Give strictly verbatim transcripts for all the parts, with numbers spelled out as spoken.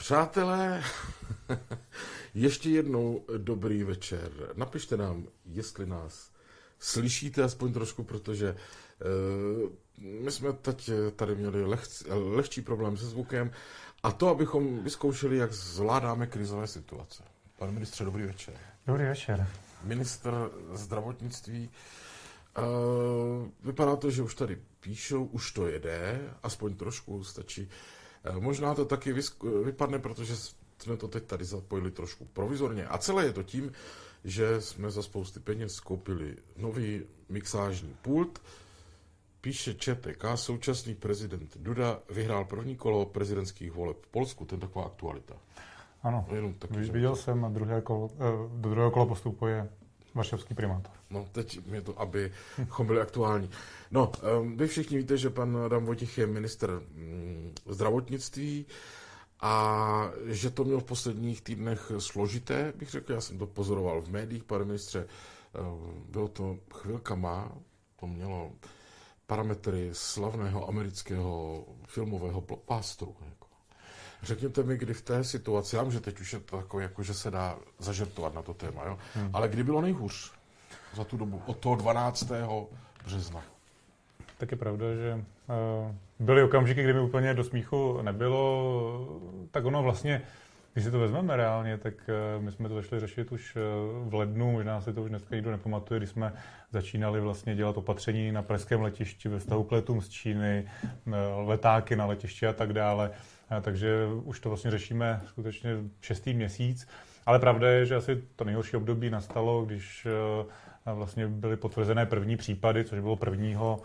Přátelé, ještě jednou dobrý večer. Napište nám, jestli nás slyšíte aspoň trošku, protože uh, my jsme teď tady měli lehc, lehčí problém se zvukem a to, abychom vyzkoušeli, jak zvládáme krizové situace. Pane ministře, dobrý večer. Dobrý večer. Ministr zdravotnictví. Uh, vypadá to, že už tady píšou, už to jede, aspoň trošku stačí. Uh, možná to taky vysk- vypadne, protože jsme to teď tady zapojili trošku provizorně. A celé je to tím, že jsme za spousty peněz koupili nový mixážní pult. Píše ČTK, současný prezident Duda vyhrál první kolo prezidentských voleb v Polsku. To je taková aktualita. Ano, viděl jsem a druhé kolo, do druhého kola postupuje varšavský primátor. No, teď je to, abychom byli aktuální. No, vy všichni víte, že pan Adam Vojtěch je ministr zdravotnictví a že to měl v posledních týdnech složité, bych řekl, já jsem to pozoroval v médiích, pane ministře, bylo to chvilkama, to mělo parametry slavného amerického filmového blockbusteru. Řekněte mi, kdy v té situaci, já vím, že teď už je to takové, jako, že se dá zažertovat na to téma, jo? Hmm. Ale kdy bylo nejhůř za tu dobu, od toho dvanáctého března? Tak je pravda, že uh, byly okamžiky, kdy mi úplně do smíchu nebylo, tak ono vlastně, když si to vezmeme reálně, tak uh, my jsme to začali řešit už uh, v lednu, možná si to už dneska nikdo nepamatuje, když jsme začínali vlastně dělat opatření na pražském letišti ve vztahu k letům z Číny, uh, letáky na letišti a tak dále. Takže už to vlastně řešíme skutečně šestý měsíc. Ale pravda je, že asi to nejhorší období nastalo, když vlastně byly potvrzené první případy, což bylo prvního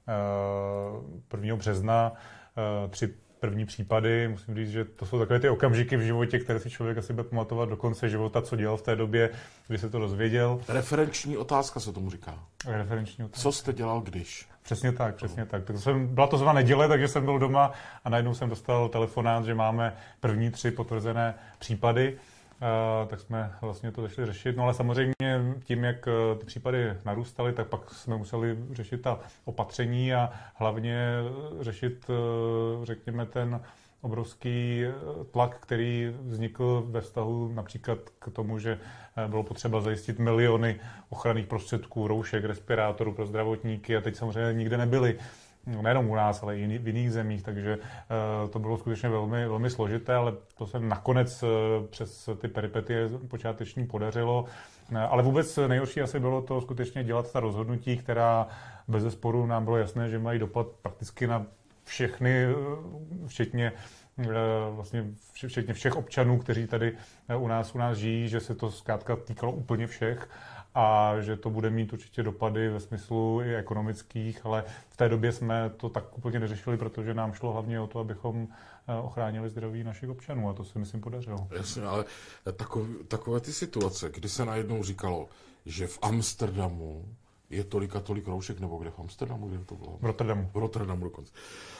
března, tři první případy. Musím říct, že to jsou takové ty okamžiky v životě, které si člověk asi bude pamatovat do konce života, co dělal v té době, kdy se to dozvěděl. Referenční otázka se tomu říká. Referenční otázka. Co jste dělal když? Přesně tak, přesně tak. tak jsem, byla to zrovna neděle, takže jsem byl doma a najednou jsem dostal telefonát, že máme první tři potvrzené případy. Uh, tak jsme vlastně to začali řešit. No ale samozřejmě tím, jak ty případy narůstaly, tak pak jsme museli řešit ta opatření a hlavně řešit, uh, řekněme, ten obrovský tlak, který vznikl ve vztahu například k tomu, že bylo potřeba zajistit miliony ochranných prostředků, roušek, respirátorů pro zdravotníky a teď samozřejmě nikde nebyly. Nejenom u nás, ale i v jiných zemích, takže uh, to bylo skutečně velmi, velmi složité, ale to se nakonec uh, přes ty peripetie počáteční podařilo. Uh, ale vůbec nejhorší asi bylo to skutečně dělat ta rozhodnutí, která bezesporu nám bylo jasné, že mají dopad prakticky na všechny, uh, včetně vlastně včetně všech občanů, kteří tady u nás, u nás žijí, že se to zkrátka týkalo úplně všech a že to bude mít určitě dopady ve smyslu i ekonomických, ale v té době jsme to tak úplně neřešili, protože nám šlo hlavně o to, abychom ochránili zdraví našich občanů a to se myslím podařilo. Jasně, ale takové, takové ty situace, kdy se najednou říkalo, že v Amsterdamu je tolik a tolik roušek, nebo kde v Amsterdamu, kde to bylo? V Rotterdamu. V Rotterdamu dokonce.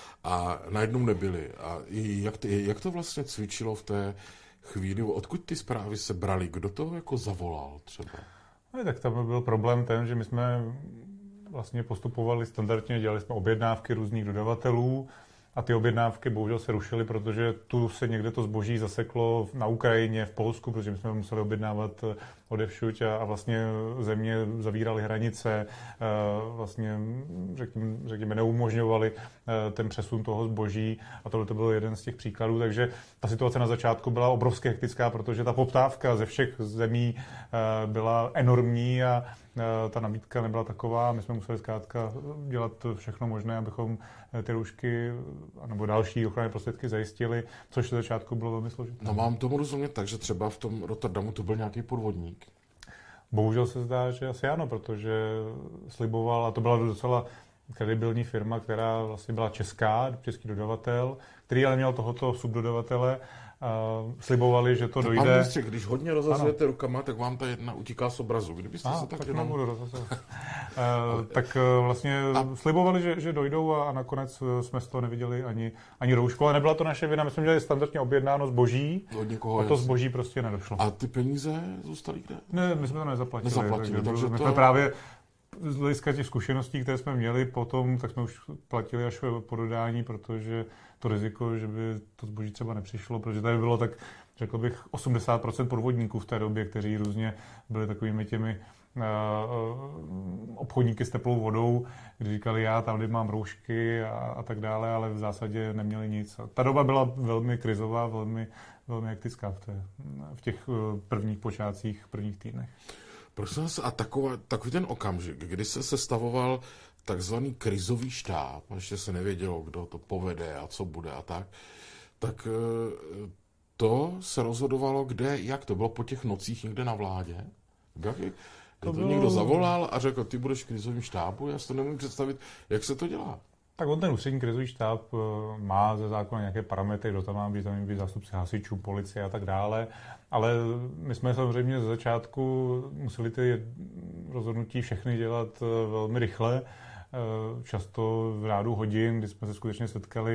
A najednou nebyly. A jak, to, jak to vlastně cvičilo v té chvíli? Odkud ty zprávy se braly? Kdo to jako zavolal třeba? No, tak tam byl problém ten, že my jsme vlastně postupovali standardně, dělali jsme objednávky různých dodavatelů a ty objednávky bohužel se rušily, protože tu se někde to zboží zaseklo na Ukrajině, v Polsku, protože my jsme museli objednávat odevšuť a, a vlastně země zavíraly hranice, vlastně řekněme, řekněme neumožňovali ten přesun toho zboží a tohle to byl jeden z těch příkladů, takže ta situace na začátku byla obrovsky hektická, protože ta poptávka ze všech zemí byla enormní a ta nabídka nebyla taková. My jsme museli zkrátka dělat všechno možné, abychom ty roušky nebo další ochranné prostředky zajistili, což na začátku bylo velmi složité. No mám tomu rozumět tak, že třeba v tom Rotterdamu to byl nějaký podvodník. Bohužel se zdá, že asi ano, protože sliboval, a to byla docela kredibilní firma, která vlastně byla česká, český dodavatel, který ale měl tohoto subdodavatele, Uh, slibovali, že to, to dojde. Ministře, když hodně rozhazujete rukama, tak vám ta jedna utíká z obrazu. Kdybyste a, se tak, tak jenom... nebudu rozhazovat. uh, tak uh, vlastně a... slibovali, že, že dojdou a, a nakonec jsme z toho neviděli ani, ani roušku, ale nebyla to naše vina. My jsme měli standardně objednáno zboží od někoho, a to jasný. Zboží prostě nedošlo. A ty peníze zůstaly kde? Ne, my jsme to nezaplatili. Nezaplatili, takže, takže to... my jsme právě z hlediska těch zkušeností, které jsme měli potom, tak jsme už platili až po dodání, protože to riziko, že by to zboží třeba nepřišlo, protože tady bylo tak, řekl bych, osmdesát procent podvodníků v té době, kteří různě byli takovými těmi uh, uh, obchodníky s teplou vodou, kdy říkali, já tam mám roušky a, a tak dále, ale v zásadě neměli nic. A ta doba byla velmi krizová, velmi, velmi hektická v, té, v těch uh, prvních počátcích, prvních týdnech. Prosím vás, a taková, takový ten okamžik, kdy se sestavoval takzvaný krizový štáb, ještě se nevědělo, kdo to povede a co bude a tak, tak to se rozhodovalo kde, jak to bylo po těch nocích někde na vládě? Jak je? To, to bylo... někdo zavolal a řekl, ty budeš v krizovém štábu? Já si to nemůžu představit, jak se to dělá. Tak on ten ústřední krizový štáb má ze zákona nějaké parametry, kdo tam má být, tam má být zástupci hasičů, policie a tak dále, ale my jsme samozřejmě ze začátku museli ty rozhodnutí všechny dělat velmi rychle, často v řádu hodin, kdy jsme se skutečně setkali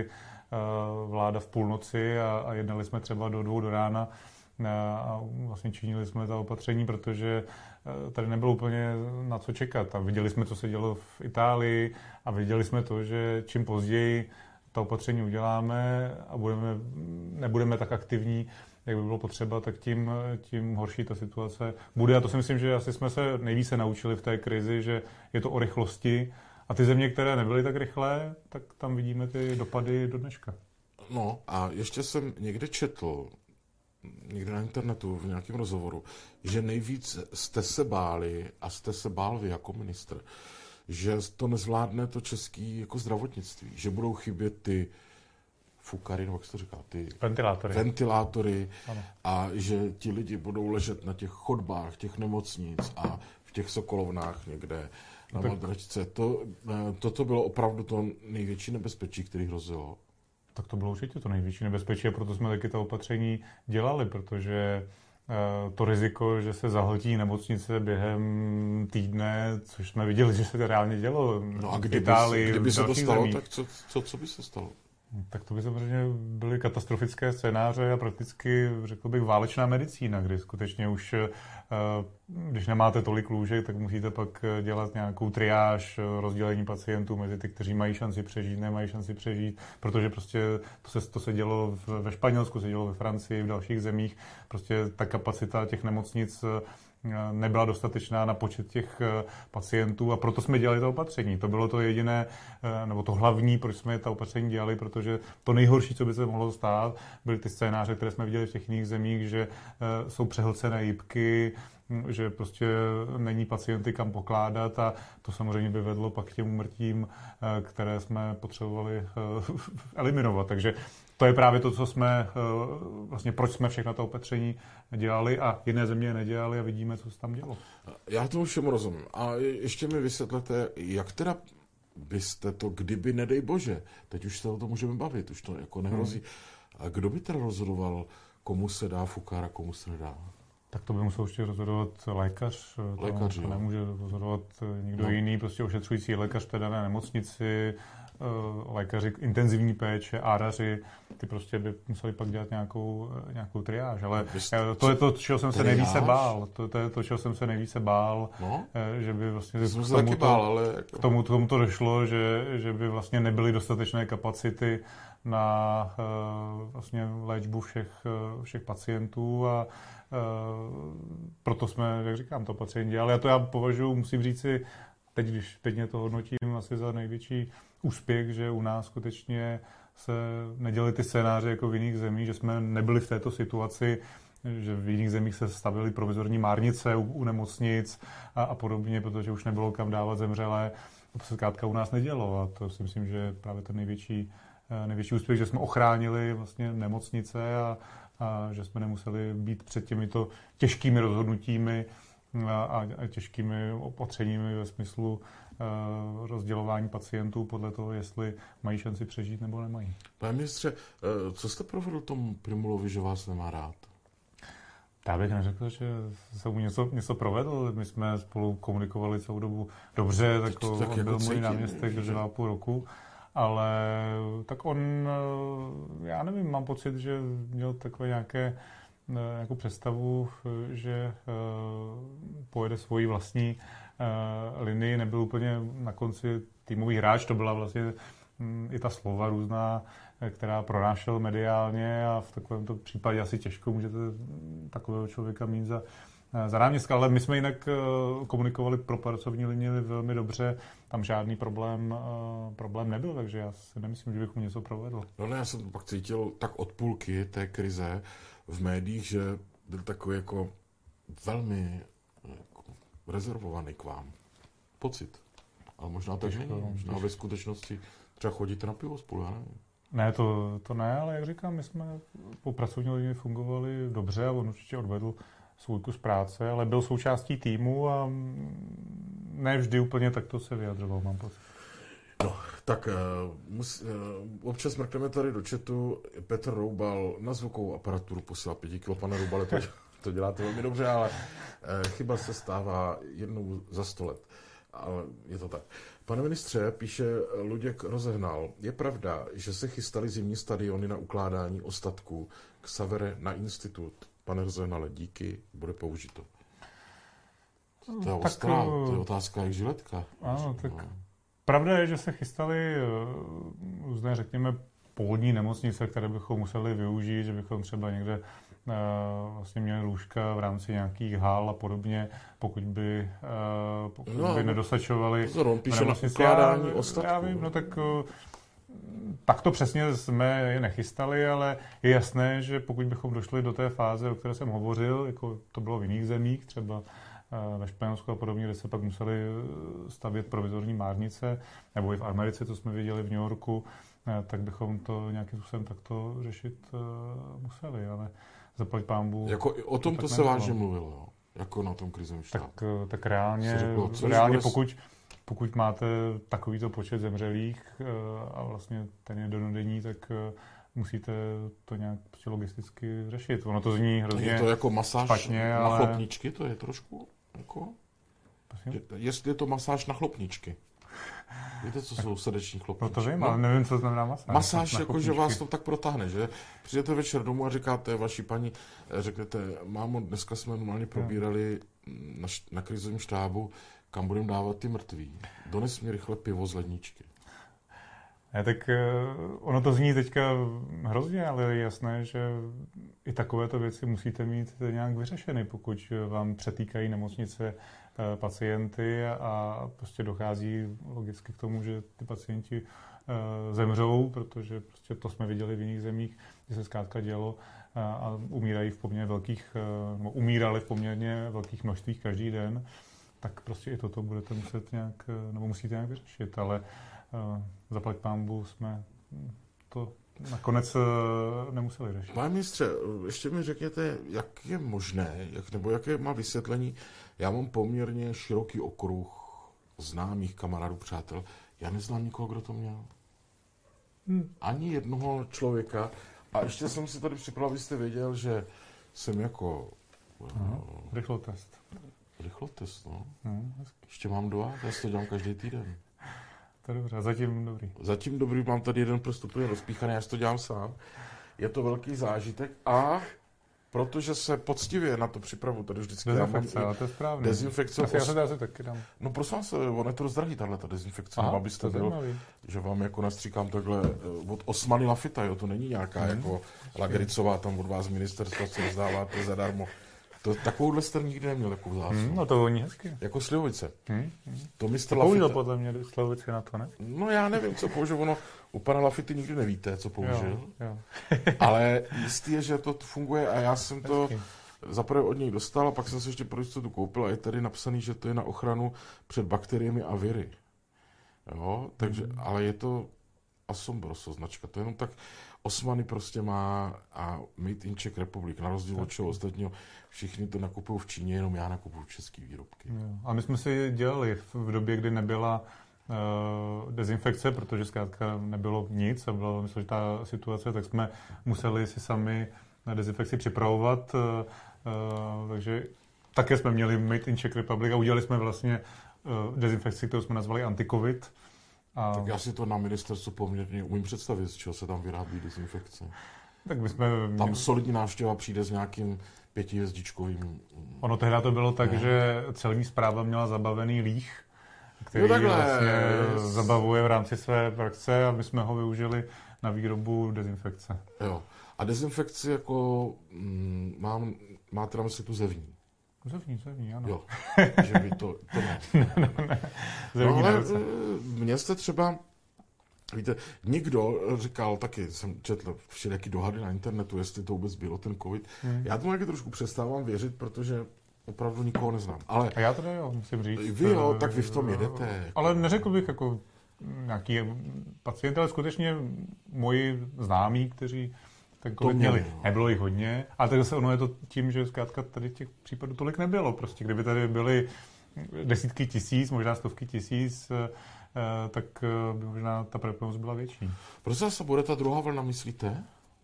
vláda v půlnoci a, a jednali jsme třeba do dvou do rána a vlastně činili jsme ta opatření, protože tady nebylo úplně na co čekat. A viděli jsme, co se dělo v Itálii a viděli jsme to, že čím později ta opatření uděláme a budeme, nebudeme tak aktivní, jak by bylo potřeba, tak tím, tím horší ta situace bude. A to si myslím, že asi jsme se nejvíce naučili v té krizi, že je to o rychlosti. A ty země, které nebyly tak rychlé, tak tam vidíme ty dopady do dneška. No a ještě jsem někde četl, někde na internetu, v nějakém rozhovoru, že nejvíc jste se báli a jste se bál vy jako ministr, že to nezvládne to český jako zdravotnictví, že budou chybět ty fukary, nebo jak jsi to říkal, ty ventilátory, ventilátory a že ti lidi budou ležet na těch chodbách těch nemocnic a v těch sokolovnách někde na no madračce. To, toto bylo opravdu to největší nebezpečí, který hrozilo. Tak to bylo určitě to největší nebezpečí a proto jsme taky ta opatření dělali, protože to riziko, že se zahltí nemocnice během týdne, což jsme viděli, že se to reálně dělo. No a kdyby, Itálii, kdyby se to stalo, zemích. tak co, co, co by se stalo? Tak to by samozřejmě byly katastrofické scénáře a prakticky, řekl bych, válečná medicína, kdy skutečně už, když nemáte tolik lůžek, tak musíte pak dělat nějakou triáž, rozdělení pacientů mezi ty, kteří mají šanci přežít, nemají šanci přežít, protože prostě to se, to se dělo ve Španělsku, se dělo ve Francii, v dalších zemích, prostě ta kapacita těch nemocnic nebyla dostatečná na počet těch pacientů a proto jsme dělali to opatření. To bylo to jediné, nebo to hlavní, proč jsme ta opatření dělali, protože to nejhorší, co by se mohlo stát, byly ty scénáře, které jsme viděli v těch jiných zemích, že jsou přehlcené jipky, že prostě není pacienty kam pokládat a to samozřejmě by vedlo pak k těm úmrtím, které jsme potřebovali eliminovat. Takže to je právě to, co jsme, vlastně proč jsme všechna ta opatření dělali a jiné země nedělali a vidíme, co se tam dělo. Já tomu všemu rozumím. A ještě mi vysvětlete, jak teda byste to, kdyby, nedej bože, teď už se o tom můžeme bavit, už to jako nehrozí. Hmm. A kdo by teda rozhodoval, komu se dá fukár a komu se nedá? Tak to by musel určitě rozhodovat lékař, lékař to, to nemůže rozhodovat nikdo no. jiný, prostě ošetřující lékař v té dané nemocnici, lékaři intenzivní péče, áraři, ty prostě by museli pak dělat nějakou, nějakou triáž, ale to je to, čeho jsem se triáž? nejvíce bál, to, to je to, čeho jsem se nejvíce bál, no? že by vlastně k tomuto, bál, ale jako... k tomu, k tomuto došlo, že, že by vlastně nebyly dostatečné kapacity na vlastně léčbu všech, všech pacientů a proto jsme, jak říkám, to opatření dělali. A to já považuji, musím říci, teď, když teď mě to hodnotím asi za největší úspěch, že u nás skutečně se neděly ty scénáře jako v jiných zemích, že jsme nebyli v této situaci, že v jiných zemích se stavily provizorní márnice u, u nemocnic a, a podobně, protože už nebylo kam dávat zemřelé. To se zkrátka u nás nedělo a to si myslím, že je právě ten největší, největší úspěch, že jsme ochránili vlastně nemocnice a, a že jsme nemuseli být před těmito těžkými rozhodnutími a, a těžkými opatřeními ve smyslu uh, rozdělování pacientů podle toho, jestli mají šanci přežít nebo nemají. Pane ministře, co jste provedl tomu Prymulovi, že vás nemá rád? Já bych neřekl, že jsem mu něco, něco provedl. My jsme spolu komunikovali celou dobu dobře, tak, tak, tak on jako byl můj náměstek dva a půl roku. Ale tak on, já nevím, mám pocit, že měl takové nějaké, nějakou představu, že pojede svoji vlastní linii, nebyl úplně na konci týmový hráč, to byla vlastně i ta slova různá, která pronášel mediálně a v takovémto případě asi těžko můžete takového člověka mít za, za náměstka, ale my jsme jinak komunikovali pro pracovní linii velmi dobře, tam žádný problém, problém nebyl, takže já si nemyslím, že bychom něco provedl. No ne, já jsem pak cítil tak od půlky té krize v médiích, že byl takový jako velmi jako rezervovaný k vám. Pocit. Ale možná tak není. Možná ve skutečnosti třeba chodíte na pivo spolu, já nevím. Ne, to, to ne, ale jak říkám, my jsme po pracovní linii fungovali dobře a on určitě odvedl svůj kus práce, ale byl součástí týmu a ne vždy úplně takto se vyjadřoval, mám pocit. No, tak uh, mus, uh, občas mrkneme tady do chatu. Petr Roubal na zvukovou aparaturu posílá pěti kilo. Pane Roubale, to, to děláte velmi dobře, ale uh, chyba se stává jednou za sto let. Ale je to tak. Pane ministře, píše Luděk Rozehnal, je pravda, že se chystaly zimní stadiony na ukládání ostatků k Savere na institut. Pane Rozehnale, díky, bude použito. To je ostrá, to je otázka jak žiletka. Ano, tak no. Pravda je, že se chystaly různé, řekněme, původní nemocnice, které bychom museli využít, že bychom třeba někde vlastně měli lůžka v rámci nějakých hál a podobně, pokud by, pokud no, by nedostačovaly. Pozor, on píše na ukládání ostatků. Já vím, no tak tak to přesně jsme je nechystali, ale je jasné, že pokud bychom došli do té fáze, o které jsem hovořil, jako to bylo v jiných zemích, třeba ve Španělsku a podobně, kde se pak museli stavět provizorní márnice, nebo i v Americe, co jsme viděli v New Yorku, tak bychom to nějakým způsobem takto řešit museli, ale zaplať pánbůh. Jako o tom to, to se vážně mluvilo, jo? Jako na tom krizovém štábu. Tak, tak reálně, řeklo, reálně pokud, pokud máte takovýto počet zemřelých a vlastně ten je denodenní, tak musíte to nějak prostě logisticky řešit. Ono to zní hrozně je to jako masáž špatně, na ale... chlopničky, to je trošku jako... Je, jestli je to masáž na chlopničky. Víte, co jsou srdeční chlopničky? No to vím, ale nevím, co znamená masáž. Masáž, jako že vás to tak protáhne, že? Přijdete večer domů a říkáte vaší paní, řeknete, mámo, dneska jsme normálně probírali na, na krizovém štábu, kam budeme dávat ty mrtví. Dones mi rychle pivo z ledničky. Ne, tak ono to zní teďka hrozně, ale je jasné, že i takovéto věci musíte mít nějak vyřešeny, pokud vám přetýkají nemocnice pacienty a prostě dochází logicky k tomu, že ty pacienti zemřou, protože prostě to jsme viděli v jiných zemích, kde se zkrátka dělo a umírají v poměrně velkých, nebo umírali v poměrně velkých množstvích každý den, tak prostě i toto budete muset nějak, nebo musíte nějak vyřešit, ale zaplať pánbůh jsme to nakonec nemuseli řešit. Pane ministře, ještě mi řekněte, jak je možné, jak, nebo jaké má vysvětlení. Já mám poměrně široký okruh známých kamarádů, přátel. Já neznám nikoho, kdo to měl. Hmm. Ani jednoho člověka. A ještě jsem si tady připravil, abyste věděl, že jsem jako... Aha, rychlotest. Rychlotest, no. Hmm, ještě mám dva, já si to dělám každý týden. To je dobře, zatím dobrý. Zatím dobrý, mám tady jeden prst úplně rozpíchaný, já si to dělám sám. Je to velký zážitek a protože se poctivě na to připravu, tady vždycky dezinfekce, ale to je správně. Dezinfekce. Asi os... já se taky dám. No prosím se, ono je to rozdrahý, tahleta dezinfekce, Aha, abyste byl, že vám jako nastříkám takhle od Osmany Lafita, jo, to není nějaká hmm. jako Lagericová tam od vás ministerstva, co rozdáváte zadarmo. To, takovouhle jste nikdy neměl, takovou zásadu. Hmm, no to voní hezky. Jako slivovice. Hmm, hmm. To mistr Lafita. Použil podle mě slivovici na to, ne? No já nevím, co použil, ono u pana Lafity nikdy nevíte, co použil. Jo, jo. Ale jistý je, že to funguje a já jsem to zaprvé od něj dostal a pak jsem se ještě pro jistotu koupil a je tady napsaný, že to je na ochranu před bakteriemi a viry. Jo, takže, hmm. ale je to Asombroso značka, to je jenom tak, Osmany prostě má a Made in Czech Republic, na rozdíl od čeho ostatního, všichni to nakupují v Číně, jenom já nakupuju české výrobky. Jo. A my jsme si dělali v, v době, kdy nebyla uh, dezinfekce, protože zkrátka nebylo nic a byla myslím, že ta situace, tak jsme museli si sami na dezinfekci připravovat, uh, uh, takže také jsme měli Made in Czech Republic a udělali jsme vlastně uh, dezinfekci, kterou jsme nazvali anti-covid. A... Tak já si to na ministerstvu poměrně umím představit, z čeho se tam vyrábí dezinfekce. Tak my jsme... Tam solidní návštěva přijde s nějakým pětihvězdičkovým... Ono tehdy to bylo tak, ne? Že celní správa měla zabavený líh, který vlastně zabavuje v rámci své praxe a my jsme ho využili na výrobu dezinfekce. Jo. A dezinfekci jako mm, mám, máte na mysli tu zevní? Zevní, zevní, ano. Jo, že by to, to ne. ne, no, ne. Zevní no, ale mě jste třeba, víte, někdo říkal, taky jsem četl všelijaký dohady na internetu, jestli to vůbec bylo ten covid. Hmm. Já tomu taky trošku přestávám věřit, protože opravdu nikoho neznám. Ale a já teda jo, musím říct. Vy jo, tak vy v tom jedete. Jako... Ale neřekl bych jako nějaký pacient, ale skutečně moji známí, kteří ten covid měli. Nebylo jich hodně, ale tak zase ono je to tím, že zkrátka tady těch případů tolik nebylo. Prostě kdyby tady byly desítky tisíc, možná stovky tisíc, tak by možná ta pravděpodobnost byla větší. Proč zase bude ta druhá vlna, myslíte?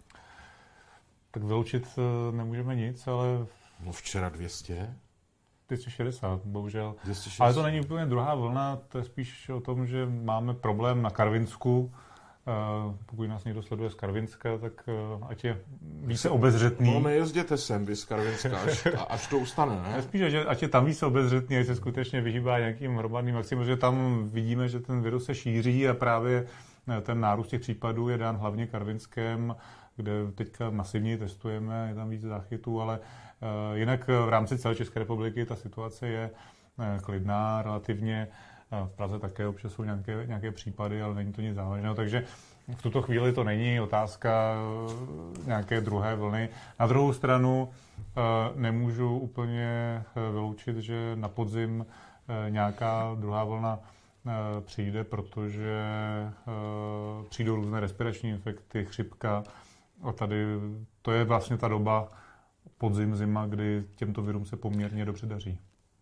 Tak vyloučit nemůžeme nic, ale... No včera dvě stě. dvě stě šedesát, bohužel. dvě stě šedesát. Ale to není úplně druhá vlna, to je spíš o tom, že máme problém na Karvinsku. Pokud nás někdo sleduje z Karvinska, tak ať je více obezřetný. No nejezděte sem, vy z Karvinska, až, až to ustane, ne? Spíš, že ať je tam více obezřetný, ať se skutečně vyhýbá nějakým hromadným akcím, protože tam vidíme, že ten virus se šíří a právě ten nárůst těch případů je dán hlavně Karvinskem, kde teďka masivně testujeme, je tam víc záchytů, ale jinak v rámci celé České republiky ta situace je klidná relativně. V Praze také občas jsou nějaké, nějaké případy, ale není to nic závažného, takže v tuto chvíli to není otázka nějaké druhé vlny. Na druhou stranu nemůžu úplně vyloučit, že na podzim nějaká druhá vlna přijde, protože přijdou různé respirační infekty, chřipka a tady to je vlastně ta doba podzim, zima, kdy těmto virům se poměrně dobře daří.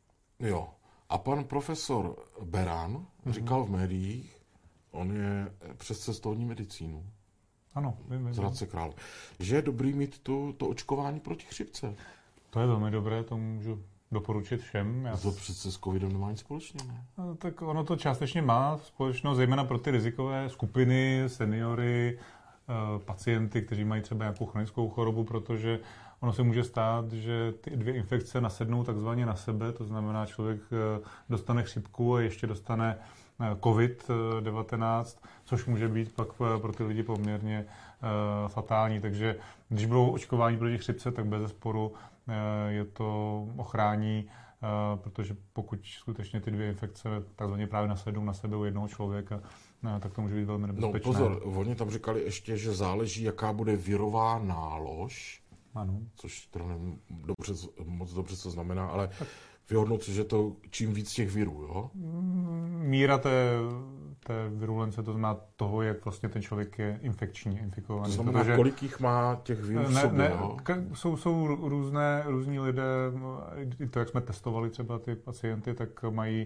Jo. A pan profesor Beran mm-hmm. říkal v médiích, on je přes cestovní medicínu. Ano, vím, vím. Z Hradce Králové. Že je dobrý mít tu, to očkování proti chřipce. To je velmi dobré, to můžu doporučit všem. Já... To přece s covidem nemá nic společného. No, tak ono to částečně má společnost, zejména pro ty rizikové skupiny, seniory, pacienty, kteří mají třeba nějakou chronickou chorobu, protože ono se může stát, že ty dvě infekce nasednou takzvaně na sebe, to znamená, člověk dostane chřipku a ještě dostane covid devatenáct, což může být pak pro ty lidi poměrně fatální. Takže když budou očkování proti chřipce, tak bezesporu je to ochrání, protože pokud skutečně ty dvě infekce takzvaně právě nasednou na sebe u jednoho člověka, tak to může být velmi nebezpečné. No pozor, oni tam říkali ještě, že záleží, jaká bude virová nálož, ano. Což teda nevím dobře, moc dobře, co znamená, ale vyhodnocuji, že to čím víc těch virů, jo? Míra té, té virulence, to znamená toho, jak vlastně ten člověk je infekční, infikovaný. To znamená, protože kolik jich má těch virů v ne, sobě, ne, jo? Jsou, jsou různé, různí lidé, i to, jak jsme testovali třeba ty pacienty, tak mají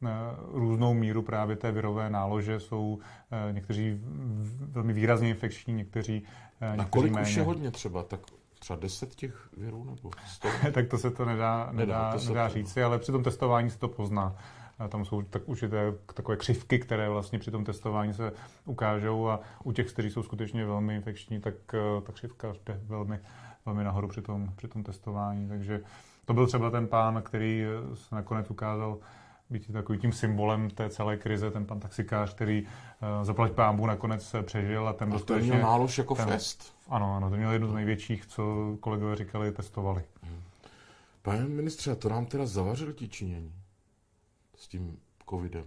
různou míru právě té virové nálože. Jsou někteří velmi výrazně infekční, někteří, někteří A kolik méně. Už je hodně třeba? Tak třeba deset těch virů nebo sto? Tak to se to nedá, nedá, nedá, nedá říci, ale při tom testování se to pozná. Tam jsou tak určité takové křivky, které vlastně při tom testování se ukážou a u těch, kteří jsou skutečně velmi infekční, tak ta křivka jde velmi, velmi nahoru při tom, při tom testování. Takže to byl třeba ten pán, který se nakonec ukázal být takovým tím symbolem té celé krize, ten pan taxikář, který uh, zaplať pánbůh nakonec přežil a ten byl skutečně... měl nálož jako ten, fest. Ano, ano, to měl jednu z největších, co kolegové říkali, testovali. Hmm. Pane ministře, to nám teda zavařili ti Číňani s tím covidem.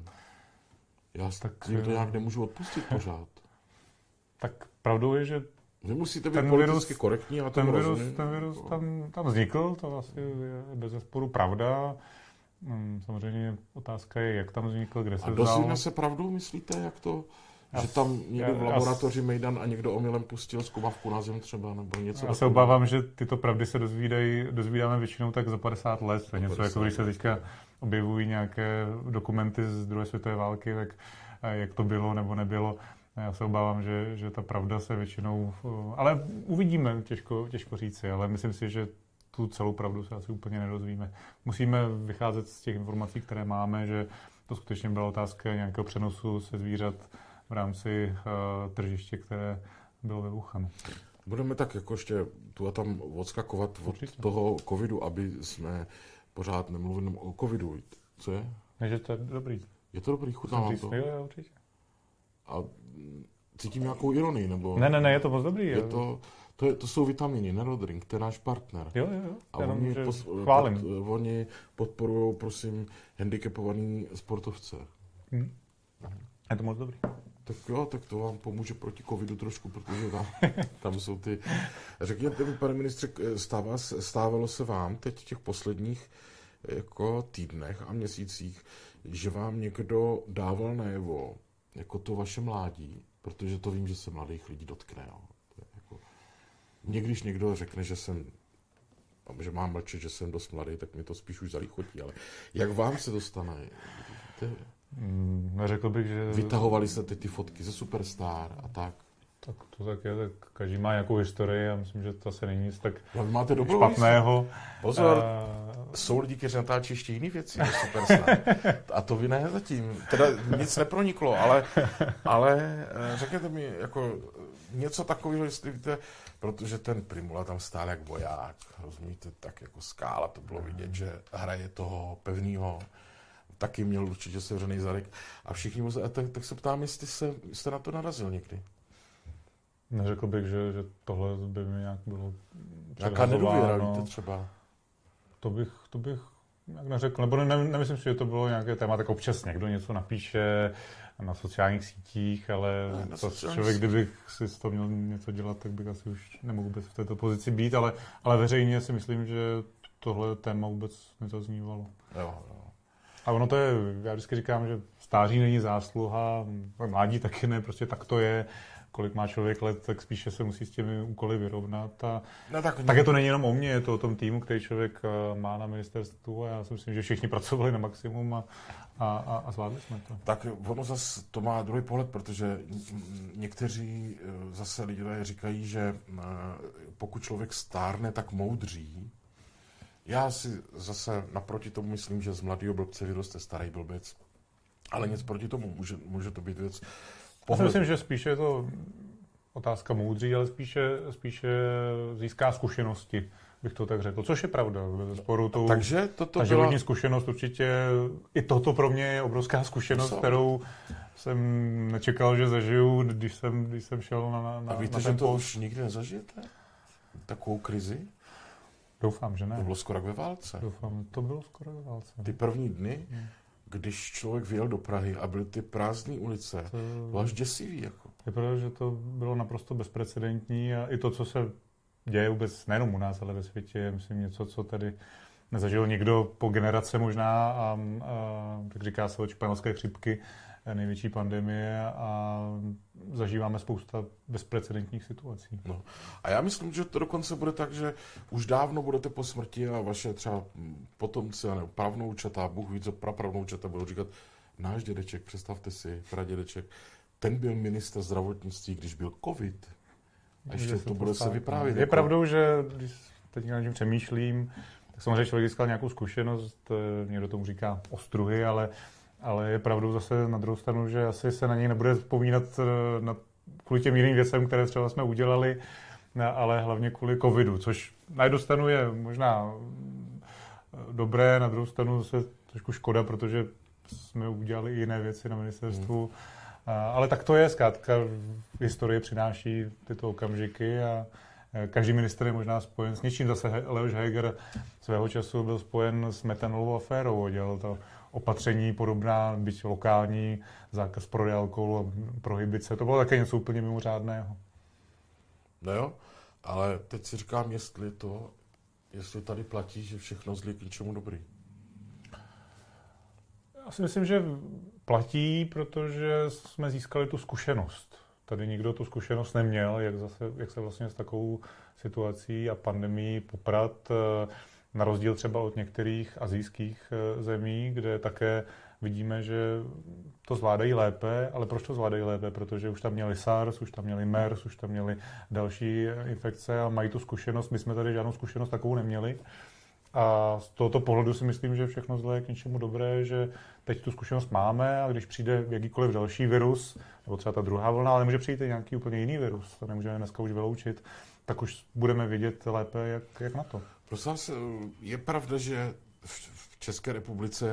Já tak, jim to nějak nemůžu odpustit pořád. Tak pravdou je, že vy musíte být politicky virus, korektní a ten virus, ten virus tam, tam vznikl, to asi je bezesporu pravda. Samozřejmě otázka je, jak tam vznikl, kde se a vzal. A dozvíme se pravdu, myslíte, jak to, já, že tam někdo já, v laboratoři já, Mejdan a někdo omylem pustil zkumavku na zem třeba, nebo něco? Já se obávám, že tyto pravdy se dozvídají, dozvídáme většinou tak za padesát let. To je něco, jako když se teďka objevují nějaké dokumenty z druhé světové války, tak jak to bylo nebo nebylo. Já se obávám, že, že ta pravda se většinou... Ale uvidíme, těžko, těžko říci, ale myslím si, že tu celou pravdu se asi úplně nedozvíme. Musíme vycházet z těch informací, které máme, že to skutečně byla otázka nějakého přenosu se zvířat v rámci uh, tržiště, které bylo ve Wuhanu. Budeme tak jako ještě tu a tam odskakovat od Určitě. toho covidu, aby jsme pořád nemluvili o covidu. Co je? Ne, že to je dobrý. Je to dobrý, chutná vám to? Jo, určitě. A cítím nějakou ironii, nebo... Ne, ne, ne, je to moc dobrý. Je to, to, je, to jsou vitaminy, Nerodrink, to je náš partner. Jo, jo, jo. A oni, pos, pod, oni podporují, prosím, handicapovaný sportovce. Hmm. Je to moc dobrý. Tak jo, tak to vám pomůže proti covidu trošku, protože tam, tam jsou ty... Řekněte mi, pane ministře, stává, stávalo se vám teď v těch posledních jako týdnech a měsících, že vám někdo dával najevo jako to vaše mládí, protože to vím, že se mladých lidí dotkne. Jo. To je jako... Mě, když někdo řekne, že jsem, že mám mlčet, že jsem dost mladý, tak mi to spíš už zalichotí, ale jak vám se dostane? Víte? Hmm, neřekl bych, že... Vytahovali se ty, ty fotky ze Superstar a tak. Tak to tak je, tak každý má nějakou historii a myslím, že to asi není nic tak máte dobrou špatného. Jistý. Pozor, uh... jsou lidi, kteří natáčí ještě jiný věci než Superstar. A to vy ne zatím. Teda nic neproniklo, ale, ale řekněte mi jako něco takového, jestli víte, protože ten Prymula tam stál jak voják, rozumíte, tak jako skála, to bylo vidět, že hraje toho pevnýho, taky měl určitě sevřený zadek a všichni mu se, tak, tak se ptám, jestli se, jste na to narazil někdy. Neřekl bych, že, že tohle by mi nějak bylo nějaká nedůvěra, víte třeba? To bych, to bych nějak neřekl, nebo ne, nemyslím si, že to bylo nějaké téma, tak občas někdo něco napíše na sociálních sítích, ale ne, to člověk, kdybych si z toho měl něco dělat, tak bych asi už nemohl vůbec v této pozici být, ale, ale veřejně si myslím, že tohle téma vůbec nezaznívalo. Jo, jo. A ono to je, já vždycky říkám, že stáří není zásluha, mládí taky ne, prostě tak to je. Kolik má člověk let, tak spíše se musí s těmi úkoly vyrovnat. A no, tak také to není jenom o mně, je to o tom týmu, který člověk má na ministerstvu a já si myslím, že všichni pracovali na maximum a, a, a, a zvládli jsme to. Tak ono zase to má druhý pohled, protože někteří zase lidé říkají, že pokud člověk stárne, tak moudří. Já si zase naproti tomu myslím, že z mladého blbce vyroste starý blbec. Ale nic proti tomu, může, může to být věc. Já si myslím, že spíše je to otázka moudří, ale spíše, spíše získá zkušenosti, bych to tak řekl. Což je pravda. Sporu tou, Takže toto ta životní byla... zkušenost určitě, i toto pro mě je obrovská zkušenost, Co? kterou jsem nečekal, že zažiju, když jsem, když jsem šel na, na, A víte, na že ten to post. už nikdy nezažijete? Takovou krizi? Doufám, že ne. To bylo skoro jak ve válce. Doufám, to bylo skoro ve válce. Ty první dny, hmm. když člověk vyjel do Prahy a byly ty prázdné ulice, to bylo až děsivý. Jako. Je pravda, že to bylo naprosto bezprecedentní a i to, co se děje vůbec nejenom u nás, ale ve světě, je myslím něco, co tady nezažil nikdo po generace možná a, a tak říká se od španělské chřipky, největší pandemie a zažíváme spousta bezprecedentních situací. No. A já myslím, že to dokonce bude tak, že už dávno budete po smrti a vaše třeba potomci, nebo pravnoučata, Bůh ví, co prapravnoučata budou říkat, náš dědeček, představte si, pradědeček, ten byl ministr zdravotnictví, když byl covid. A ještě to bude se vyprávět. Je jako... pravdou, že když teď na něm přemýšlím, tak samozřejmě člověk získal nějakou zkušenost, někdo tomu říká ostruhy, ale Ale je pravdou zase na druhou stranu, že asi se na něj nebude vzpomínat na, kvůli těm jiným věcem, které třeba jsme udělali, ale hlavně kvůli covidu, což na jednu stranu je možná dobré, na druhou stranu zase trošku škoda, protože jsme udělali i jiné věci na ministerstvu. Hmm. Ale tak to je, zkrátka historie přináší tyto okamžiky a každý minister je možná spojen s něčím. Zase Leoš Heger svého času byl spojen s metanolovou aférou, dělal to opatření podobná, byť lokální, zákaz prodeje alkoholu a prohibice. To bylo také něco úplně mimořádného. No jo, ale teď si říkám, jestli to, jestli tady platí, že všechno zlý k ničemu dobrý. Já si myslím, že platí, protože jsme získali tu zkušenost. Tady nikdo tu zkušenost neměl, jak, zase, jak se vlastně s takovou situací a pandemií poprat. Na rozdíl třeba od některých asijských zemí, kde také vidíme, že to zvládají lépe, ale proč to zvládají lépe? Protože už tam měli SARS, už tam měli MERS, už tam měli další infekce a mají tu zkušenost. My jsme tady žádnou zkušenost takovou neměli. A z tohoto pohledu si myslím, že všechno zlé je k něčemu dobré, že teď tu zkušenost máme a když přijde jakýkoliv další virus, nebo třeba ta druhá vlna, ale může přijít i nějaký úplně jiný virus, to nemůžeme dneska už vyloučit, tak už budeme vědět lépe, jak, jak na to. Prosím vás, je pravda, že v České republice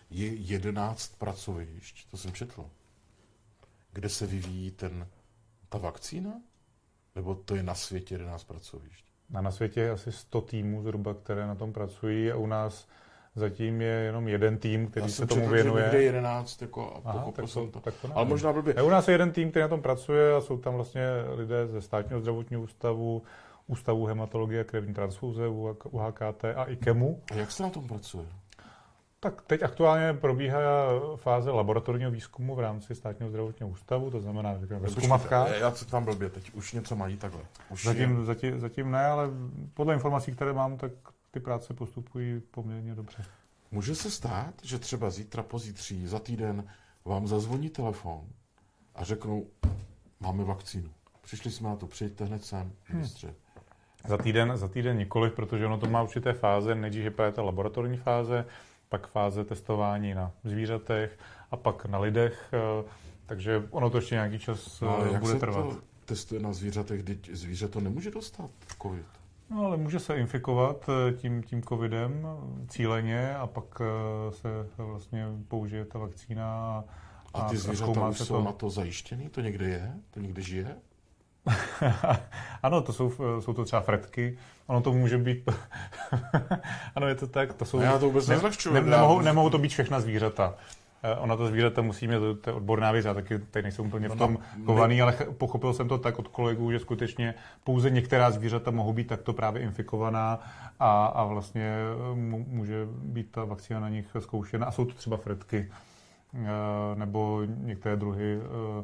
je jedenáct pracovišť, to jsem četl, kde se vyvíjí ten, ta vakcína? Nebo to je na světě jedenáct pracovišť? A na světě je asi sto týmů zhruba, které na tom pracují a u nás zatím je jenom jeden tým, který se tomu četl, věnuje. Já jsem jedenáct, jako a Aha, tak to, to. tak to Ale možná blbě. A u nás je jeden tým, který na tom pracuje a jsou tam vlastně lidé ze Státního zdravotního ústavu, Ústavu hematologie a krevní transfuze, U H K T a I K E M U. A jak se na tom pracuje? Tak teď aktuálně probíhá fáze laboratorního výzkumu v rámci Státního zdravotního ústavu, to znamená ve zkumavkách. Já se tam blbě, teď už něco mají takhle. Už zatím, je... zatím, zatím ne, ale podle informací, které mám, tak ty práce postupují poměrně dobře. Může se stát, že třeba zítra, pozítří, za týden vám zazvoní telefon a řeknou, máme vakcínu. Přišli jsme na to, přijďte hned sem, ministře. Hmm. Za týden, za týden nikoliv, protože ono to má určité fáze, nejdřív je ta laboratorní fáze, pak fáze testování na zvířatech a pak na lidech, takže ono to ještě nějaký čas no, ale bude jak trvat. Jak se to testuje na zvířatech, když zvíře to nemůže dostat covid? No, ale může se infikovat tím, tím covidem cíleně a pak se vlastně použije ta vakcína a, a ty zvířata už jsou to... na to zajištěný? To někde je? To někde žije? Ano, to jsou, jsou to třeba fretky. Ono to může být... ano, je to tak. To jsou... Já to vůbec ne, nezlehčuji. Ne, nemohou, nemohou to být všechna zvířata. Ona ta zvířata musí mít, to je odborná věc, já taky tady nejsem úplně v tom no, kovaný, ale pochopil jsem to tak od kolegů, že skutečně pouze některá zvířata mohou být takto právě infikovaná a, a vlastně může být ta vakcína na nich zkoušena. A jsou to třeba fretky nebo některé druhy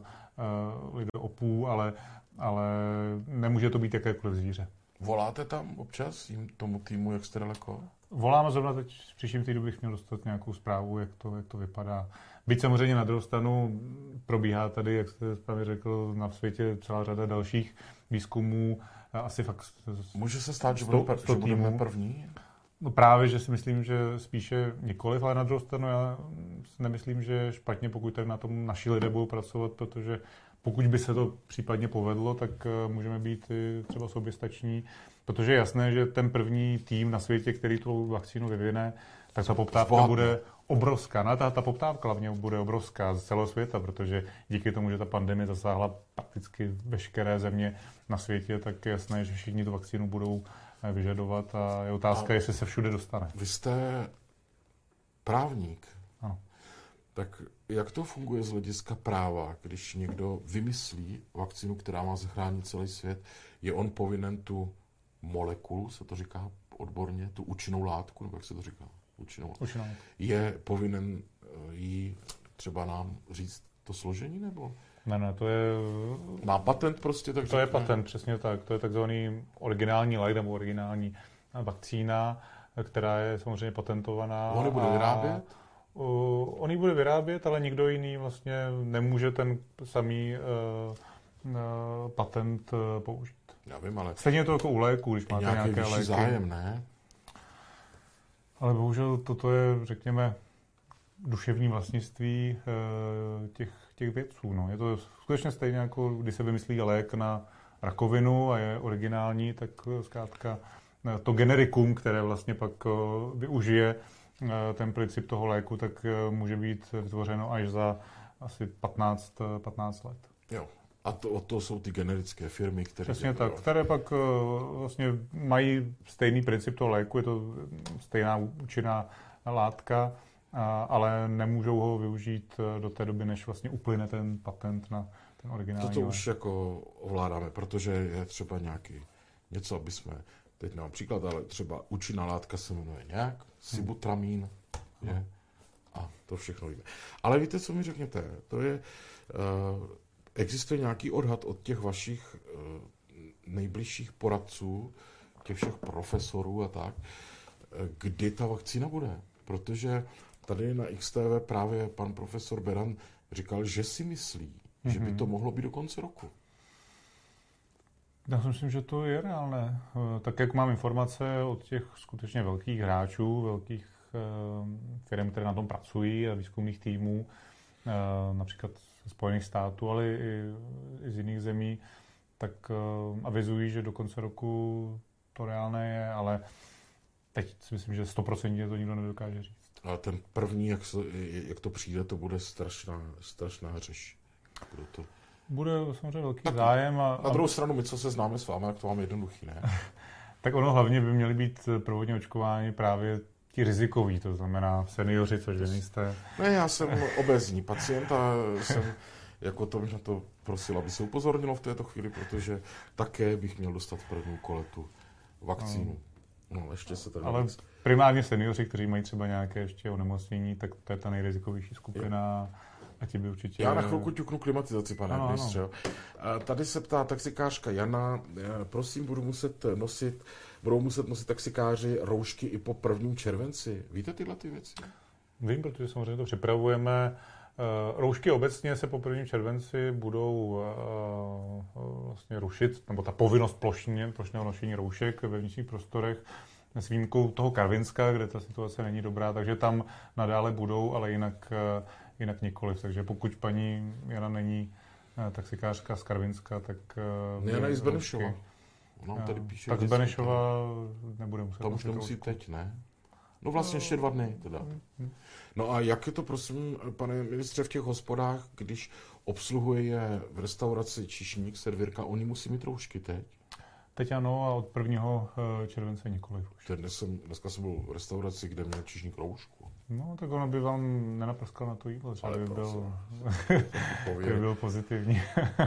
lidopů, ale, ale nemůže to být jakékoliv zvíře. Voláte tam občas jim tomu týmu, jak jste daleko? Voláme zrovna teď, v příštím týdnu bych měl dostat nějakou zprávu, jak to, jak to vypadá. Byť samozřejmě na druhou stranu probíhá tady, jak jste správně řekl, na světě celá řada dalších výzkumů. Asi fakt může se stát, že budeme první? No právě, že si myslím, že spíše nikoliv, ale na druhou stranu já nemyslím, že je špatně, pokud tak na tom naši lidé budou pracovat, protože pokud by se to případně povedlo, tak můžeme být i třeba soběstační, protože je jasné, že ten první tým na světě, který tu vakcínu vyvine, tak ta poptávka bude obrovská. No, ta, ta poptávka hlavně bude obrovská z celého světa, protože díky tomu, že ta pandemie zasáhla prakticky veškeré země na světě, tak je jasné, že všichni tu vakcínu budou vyžadovat a je otázka, a jestli se všude dostane. Vy jste právník. Ano. Tak jak to funguje z hlediska práva, když někdo vymyslí vakcínu, která má zachránit celý svět, je on povinen tu molekulu, se to říká odborně, tu účinnou látku, nebo jak se to říká? Účinnou. Účinnou. Je povinen jí třeba nám říct to složení, nebo? Ne, ne, to je... Má patent prostě, tak To řekne... je patent, přesně tak. To je takzvaný originální lék nebo originální vakcína, která je samozřejmě patentovaná. On ji bude vyrábět? Uh, on ji bude vyrábět, ale nikdo jiný vlastně nemůže ten samý uh, uh, patent uh, použít. Já vím, ale... Stejně je to jako u léku, když máte nějaké léky. Nějaký zájem, ne? Ale bohužel toto je, řekněme, duševní vlastnictví uh, těch, těch vědců. No. Je to skutečně stejně jako, když se vymyslí lék na rakovinu a je originální, tak zkrátka to generikum, které vlastně pak uh, využije ten princip toho léku, tak může být vytvořeno až za asi patnáct, patnáct let. Jo. A to, to jsou ty generické firmy, které... Přesně tak, které pak vlastně mají stejný princip toho léku, je to stejná účinná látka, ale nemůžou ho využít do té doby, než vlastně uplyne ten patent na ten originální Toto lék. už jako ovládáme, protože je třeba nějaký něco, aby jsme... Teď mám příklad, ale třeba účinná látka se jmenuje nějak, sibutramín, hmm. je, a to všechno víme. Ale víte, co mi řekněte? To je, uh, existuje nějaký odhad od těch vašich uh, nejbližších poradců, těch všech profesorů a tak, uh, kdy ta vakcína bude? Protože tady na X T V právě pan profesor Beran říkal, že si myslí, mm-hmm. že by to mohlo být do konce roku. Já si myslím, že to je reálné. Tak jak mám informace od těch skutečně velkých hráčů, velkých firm, které na tom pracují a výzkumných týmů, například ze Spojených států, ale i, i z jiných zemí, tak avizují, že do konce roku to reálné je, ale teď si myslím, že sto procent to nikdo nedokáže říct. A ten první, jak, se, jak to přijde, to bude strašná, strašná řeš. Bude to... Bude samozřejmě velký tak zájem. A, na druhou stranu, my, co se známe s vámi, tak to máme jednoduchý, ne? Tak ono hlavně by měly být průvodně očkování právě ti rizikoví, to znamená seniori, což vy nejste. Ne, já jsem obézní pacient a jsem jako to bych na to prosil, aby se upozornilo v této chvíli, protože také bych měl dostat v prvním kole tu vakcínu. No, ještě se tady... Ale primárně seniori, kteří mají třeba nějaké ještě onemocnění, tak to je ta nejrizikovější skupina. Je. A ti by určitě... Já na chvilku ťuknu klimatizaci, pane no, ministře. No. Tady se ptá taxikářka Jana, prosím, budu muset nosit, budou muset nosit taxikáři roušky i po prvním červenci. Víte tyhle ty věci? Vím, protože samozřejmě to připravujeme. Roušky obecně se po prvním červenci budou vlastně rušit, nebo ta povinnost plošně, plošného nošení roušek ve vnitřních prostorech, s výjimkou toho Karvinska, kde ta situace není dobrá, takže tam nadále budou, ale jinak, jinak nikoliv. Takže pokud paní Jana není taxikářka z Karvinska, tak... Jana je z Benešova. No, tady píše, tak z Benešova nebude muset. Tam už nemusí teď, ne? No vlastně ještě dva dny teda. No a jak je to, prosím, pane ministře, v těch hospodách, když obsluhuje je v restauraci číšník, servírka, oni musí mít roušky teď? Teď ano, a od prvního července nikoliv už. Dnes jsem, dneska jsem byl v restauraci, kde měl číšník roušku. No, tak ono by vám nenaprskal na to jídlo, že by byl, by byl pozitivní.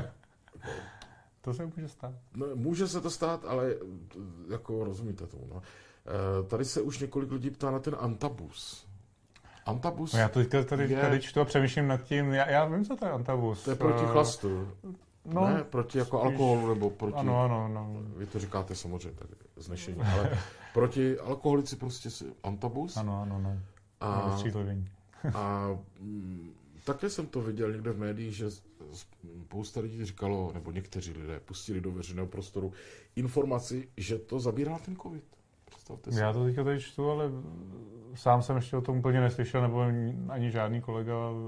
To se může stát. No, může se to stát, ale jako rozumíte tomu. No. Tady se už několik lidí ptá na ten antabus. Antabus no já to teďka tady, je... tady čtu a přemýšlím nad tím. Já, já vím, co to je antabus. To je proti chlastu. No, ne, proti jako spíš... alkoholu nebo proti... Ano, ano, ano. Vy to říkáte samozřejmě tak znešení, ale proti alkoholici prostě si antabus. Ano, ano, ano. A, a m, také jsem to viděl někde v médiích, že spousta lidí říkalo, nebo někteří lidé pustili do veřejného prostoru informaci, že to zabírá ten covid. Já to teďka tady čtu, ale sám jsem ještě o tom úplně neslyšel, nebo ani žádný kolega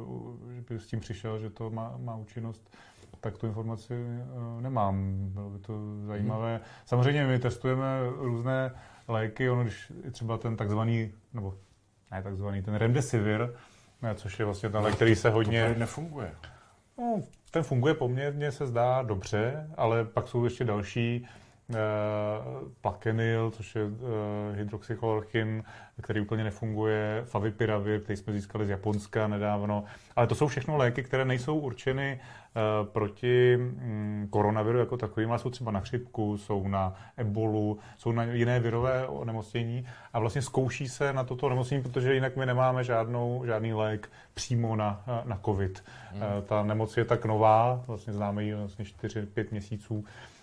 by s tím přišel, že to má, má účinnost. Tak tu informaci uh, nemám. Bylo by to zajímavé. Hmm. Samozřejmě my testujeme různé léky, ono když třeba ten takzvaný, nebo ne takzvaný, ten Remdesivir, což je vlastně ten lék, který se hodně... To nefunguje. No, ten funguje poměrně, se zdá, dobře, ale pak jsou ještě další, eh, Plaquenil, což je eh, hydroxychloroquin, který úplně nefunguje, Favipiravir, který jsme získali z Japonska nedávno, ale to jsou všechno léky, které nejsou určeny eh, proti hm, koronaviru jako takovým, ale jsou třeba na chřipku, jsou na ebolu, jsou na jiné virové onemocnění a vlastně zkouší se na toto onemocnění, protože jinak my nemáme žádnou, žádný lék přímo na, na covid. Hmm. Eh, ta nemoc je tak nová, vlastně známe ji vlastně čtyři pět měsíců,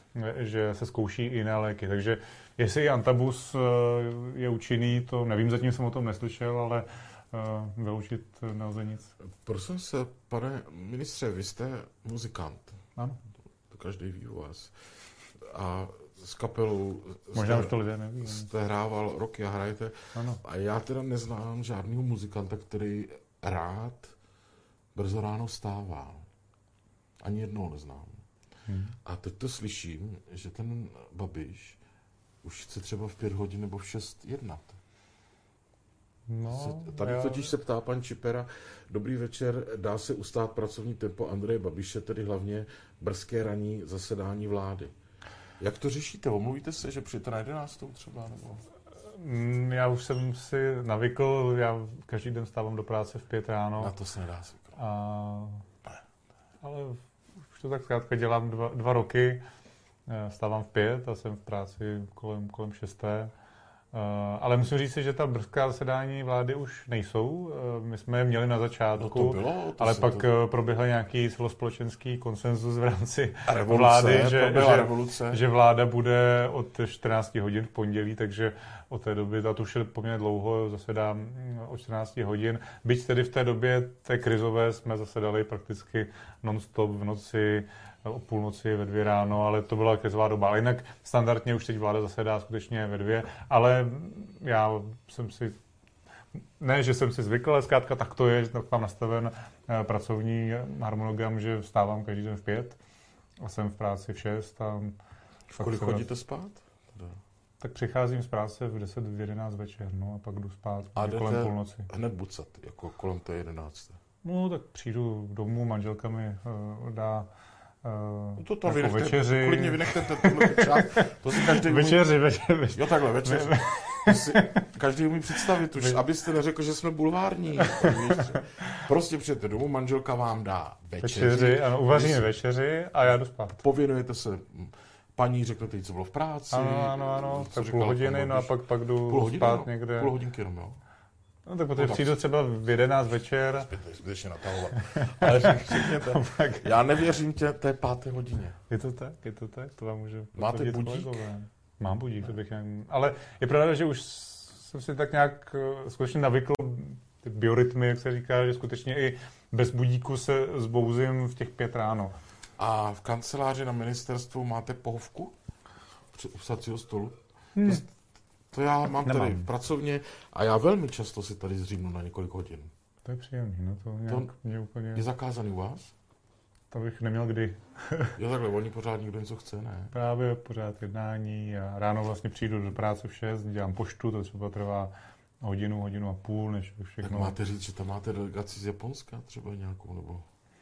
že se zkouší i jiné léky. Takže jestli antabus je účinný, to nevím, zatím jsem o tom neslyšel, ale vyloučit nelze nic. Prosím se, pane ministře, vy jste muzikant. Ano. To každý ví u vás. A s kapelou možná jste, to lidé neví. Jste hrával roky a hrajete. Ano. A já teda neznám žádného muzikanta, který rád brzo ráno stává. Ani jednoho neznám. Hmm. A teď to slyším, že ten Babiš už chce třeba v pět hodin nebo v šest jednat. No, Tady já... totiž se ptá pan Čipera, dobrý večer, dá se ustát pracovní tempo Andreje Babiše, tedy hlavně brzké ranní zasedání vlády. Jak to řešíte? Omluvíte se, že přijete na jedenáctou třeba? Nebo... Já už jsem si navykl, já každý den stávám do práce v pět ráno. Na to se nedá zvyknout. A... Ale už to tak zkrátka dělám dva, dva roky, stávám v pět a jsem v práci kolem, kolem šesté. Ale musím říct si, že ta brzká zasedání vlády už nejsou. My jsme je měli na začátku, no to bylo, to ale pak to... proběhl nějaký celospolečenský konsenzus v rámci revoluce, vlády, že, že, že vláda bude od čtrnácti hodin v pondělí, takže od té doby, a to už je poměrně dlouho, zasedám od čtrnácti hodin. Byť tedy v té době té krizové jsme zasedali prakticky non-stop v noci, o půlnoci ve dvě ráno, ale to byla krizová doba. Ale jinak standardně už teď vláda zasedá skutečně ve dvě, ale já jsem si, ne, že jsem si zvykl, ale zkrátka tak to je, že tak mám nastaven pracovní harmonogram, že vstávám každý den v pět a jsem v práci v šest. A v kolik chodíte spát? tak přicházím z práce v deset, v jedenáct večer, no a pak jdu spát a kolem půlnoci. Hned bucat, jako kolem té jedenácté. No tak přijdu domů, manželka mi uh, dá uh, to to jako vynechte, večeři. Klidně vynechte tenhle čas. To si každý večeři, umí... večeři, večeři. Jo, takhle, večeři. To si každý umí představit už, abyste neřekl, že jsme bulvární. Prostě přijete domů, manželka vám dá večeři. Večeři, ano, uvaříme večeři a já jdu spát. Pověnujete se paní, řeknete jí, co bylo v práci. Ano, ano, ano, tak půl hodiny, no a pak, pak jdu půl hodiny, spát no, někde. Půl hodinky jenom, jo. No tak protože no, přijdu třeba v jedenáct večer. Zpětně, zbytečně natahovat. Ale řekněte, já nevěřím tě té páté hodině. Je to tak, je to tak, to vám můžu Máte budík? Kolegové. Mám budík, to bych jen... Ale je pravda, že už jsem si tak nějak skutečně navykl ty biorytmy, jak se říká, že skutečně i bez budíku se zbouzím v těch pět ráno. A v kanceláři na ministerstvu máte pohovku? U psacího stolu? Hmm. To, to já mám Nemám. tady v pracovně a já velmi často si tady zřímnu na několik hodin. To je příjemný, no to nějak to mě úplně... Je zakázaný u vás? To bych neměl kdy. Jo, takhle, oni pořád nikdo něco chce, ne? Právě pořád jednání a ráno vlastně přijdu do práce v šest, dělám poštu, to třeba trvá hodinu, hodinu a půl, než všechno... Tak máte říct, že tam máte delegaci z Japonska třeba nějakou, nebo...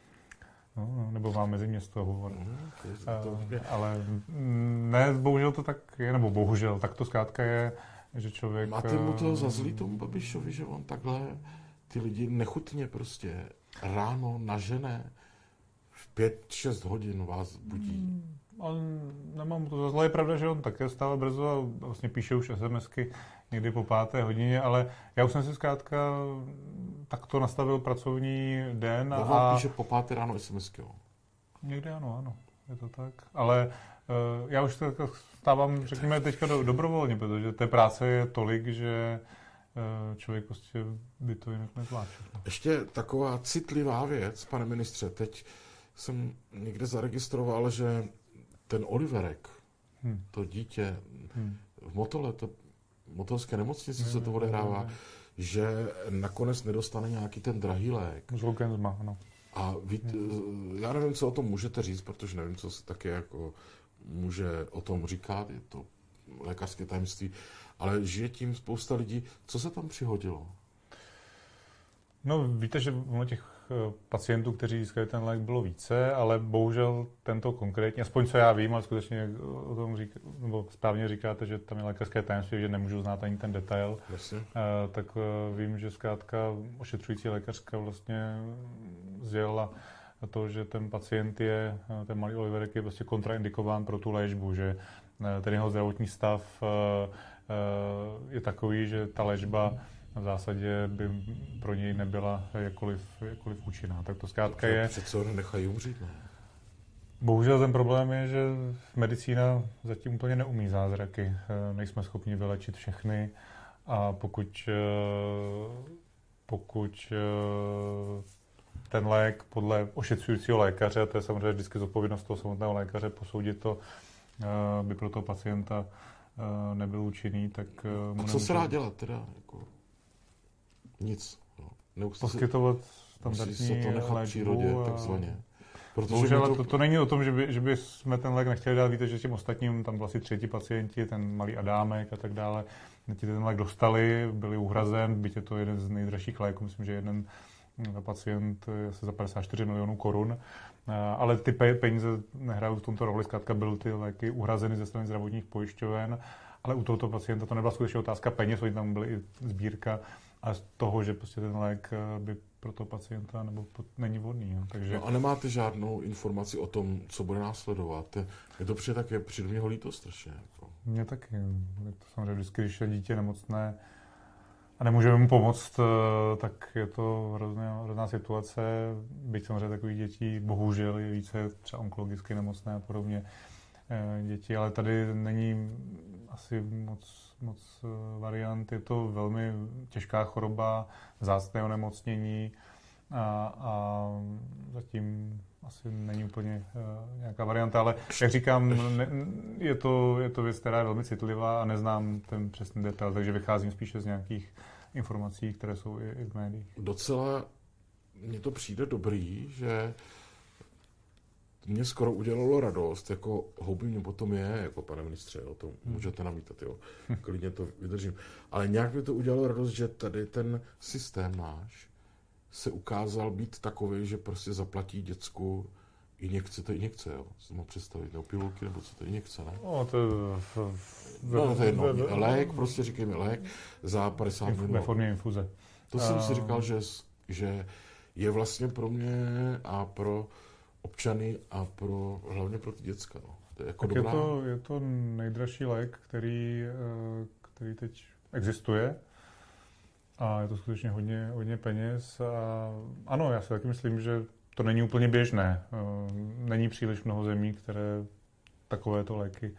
No, no, nebo vám mezi město hovor. No, to, to... Ale ne, bohužel to tak je, nebo bohužel, tak to zkrátka je, že člověk... Máte mu toho za zlý tomu Babišovi, že on takhle ty lidi nechutně prostě ráno nažené v pět, šest hodin vás budí. Hmm, on, nemám to za zlé, je pravda, že on také stává brzo a vlastně píše už SMSky někdy po páté hodině, ale já už jsem si zkrátka takto nastavil pracovní den. A vám píše po páté ráno SMSky, jo? Někdy ano, ano, je to tak. Ale uh, já už to stávám, řekněme, teďka do, dobrovolně, protože té práce je tolik, že uh, člověk prostě by to jinak nezvládl. Ještě taková citlivá věc, pane ministře, teď jsem někde zaregistroval, že ten Oliverek, hmm. to dítě hmm. v Motole, to motolské nemocnici se to odehrává, že nakonec nedostane nějaký ten drahý lék. Zolgensma, ano. A ví, já nevím, co o tom můžete říct, protože nevím, co se taky jako může o tom říkat, je to lékařské tajemství, ale žije tím spousta lidí. Co se tam přihodilo? No, víte, že těch pacientů, kteří získali ten lék, bylo více, ale bohužel tento konkrétně, aspoň co já vím, ale skutečně o tom říká, nebo správně říkáte, že tam je lékařské tajemství, že nemůžu znát ani ten detail, Jasně. tak vím, že zkrátka ošetřující lékařka vlastně sdělila to, že ten pacient je, ten malý Oliverek je prostě kontraindikován pro tu léčbu, že ten jeho zdravotní stav je takový, že ta léčba v zásadě by pro něj nebyla jakkoliv, jakkoliv účinná. Tak to zkrátka je... Přece ho nechají umřít, ne? Bohužel ten problém je, že medicína zatím úplně neumí zázraky. Nejsme schopni vylečit všechny a pokud, pokud ten lék podle ošetřujícího lékaře, a to je samozřejmě vždycky zodpovědnost toho samotného lékaře, posoudit to, by pro toho pacienta nebyl účinný, tak... A co se dá dělat teda? Jako... Nic. No. Poskytovat standardní léčbu. Musí se to nechat v přírodě, takzvaně. Bohužel, to... To, to není o tom, že by, že by jsme ten lék nechtěli dát. Víte, že těm ostatním, tam vlastně třetí pacienti, ten malý Adámek a tak dále, ti ten lék dostali, byli uhrazen, byť je to jeden z nejdražších léků, myslím, že jeden pacient je asi za padesát čtyři milionů korun. Ale ty peníze nehrají v tomto roli, zkrátka byly ty léky uhrazeny ze strany zdravotních pojišťoven, ale u tohoto pacienta to nebyla skutečně otázka peněz, oni tam byly i sbírka a z toho, že prostě ten lék by pro toho pacienta nebo není vhodný. No. Takže... No a nemáte žádnou informaci o tom, co bude následovat? Je to přijde také, přijde mě ho líto strašně. Jako. Mně taky. Je to samozřejmě vždycky, když je dítě nemocné a nemůžeme mu pomoct, tak je to hrozná, hrozná situace. Byť samozřejmě takových dětí bohužel je více třeba onkologicky nemocné a podobně děti, ale tady není asi moc, moc variant. Je to velmi těžká choroba, vzácné onemocnění a, a zatím asi není úplně uh, nějaká varianta, ale jak říkám, ne, je, to, je to věc, která je velmi citlivá a neznám ten přesný detail, takže vycházím spíše z nějakých informací, které jsou i, i v médiích. Docela mně to přijde dobrý, že mě skoro udělalo radost, jako houby mě potom je, jako pane ministře, jo, to můžete namítat, jo, klidně to vydržím. Ale nějak mi to udělalo radost, že tady ten systém náš se ukázal být takový, že prostě zaplatí děcku injekce, to je injekce, jo, si mám představit, nebo pilulky, nebo co to je injekce, ne? No, to je... No, to je jedno, lék, prostě říkejme lék, za padesát minut. Ve formě infuze. To jsem si říkal, že, že je vlastně pro mě a pro občany a pro, hlavně pro ty děcka. No. To je, jako tak dobrá... je, to, je to nejdražší lék, který, který teď existuje a je to skutečně hodně, hodně peněz. A ano, já si taky myslím, že to není úplně běžné. Není příliš mnoho zemí, které takovéto léky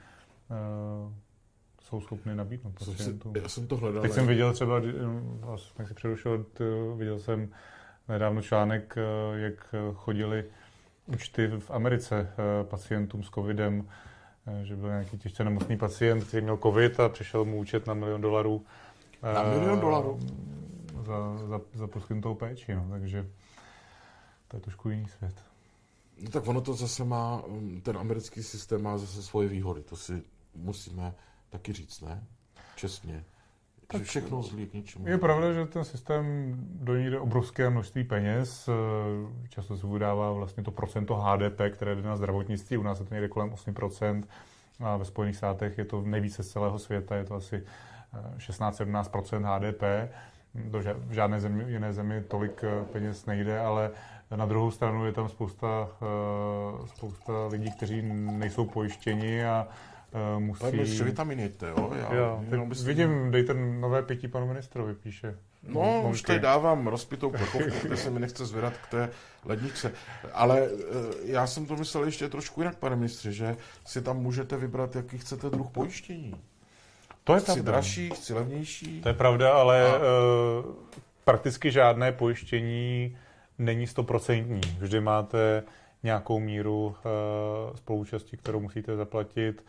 jsou schopny nabídnout pacientům. Já jsem to hledal. Teď jsem viděl třeba, jak si přerušil, viděl jsem nedávno článek, jak chodili účty v Americe pacientům s covidem, že byl nějaký těžce nemocný pacient, který měl covid a přišel mu účet na milion dolarů. Na milion dolarů? Za, za, za poskytnutou péči, no, takže to je trošku jiný svět. No tak ono to zase má, ten americký systém má zase svoje výhody, to si musíme taky říct, ne? Čestně. Tak že všechno zlí k ničemu. Je pravda, že ten systém do ní jde obrovské množství peněz. Často se vydává vlastně to procento H D P, které jde na zdravotnictví. U nás je to někde kolem osm procent a ve Spojených státech je to nejvíce z celého světa, je to asi šestnáct sedmnáct procent H D P. Do v žádné zemi, jiné zemi tolik peněz nejde, ale na druhou stranu je tam spousta, spousta lidí, kteří nejsou pojištěni a musí... Pojďme ještě vitaminy, jo? Já, jo teď vidím, dejte nové pití panu ministrovi, píše. No, Monky. Už tady dávám rozpitou plechovku, kde se mi nechce zvedat k té ledničce. Ale já jsem to myslel ještě trošku jinak, pane ministře, že si tam můžete vybrat, jaký chcete druh pojištění. To je chci pravda. dražší, chci levnější. To je pravda, ale a... uh, prakticky žádné pojištění není stoprocentní. Vždy máte nějakou míru uh, spoluúčasti, kterou musíte zaplatit.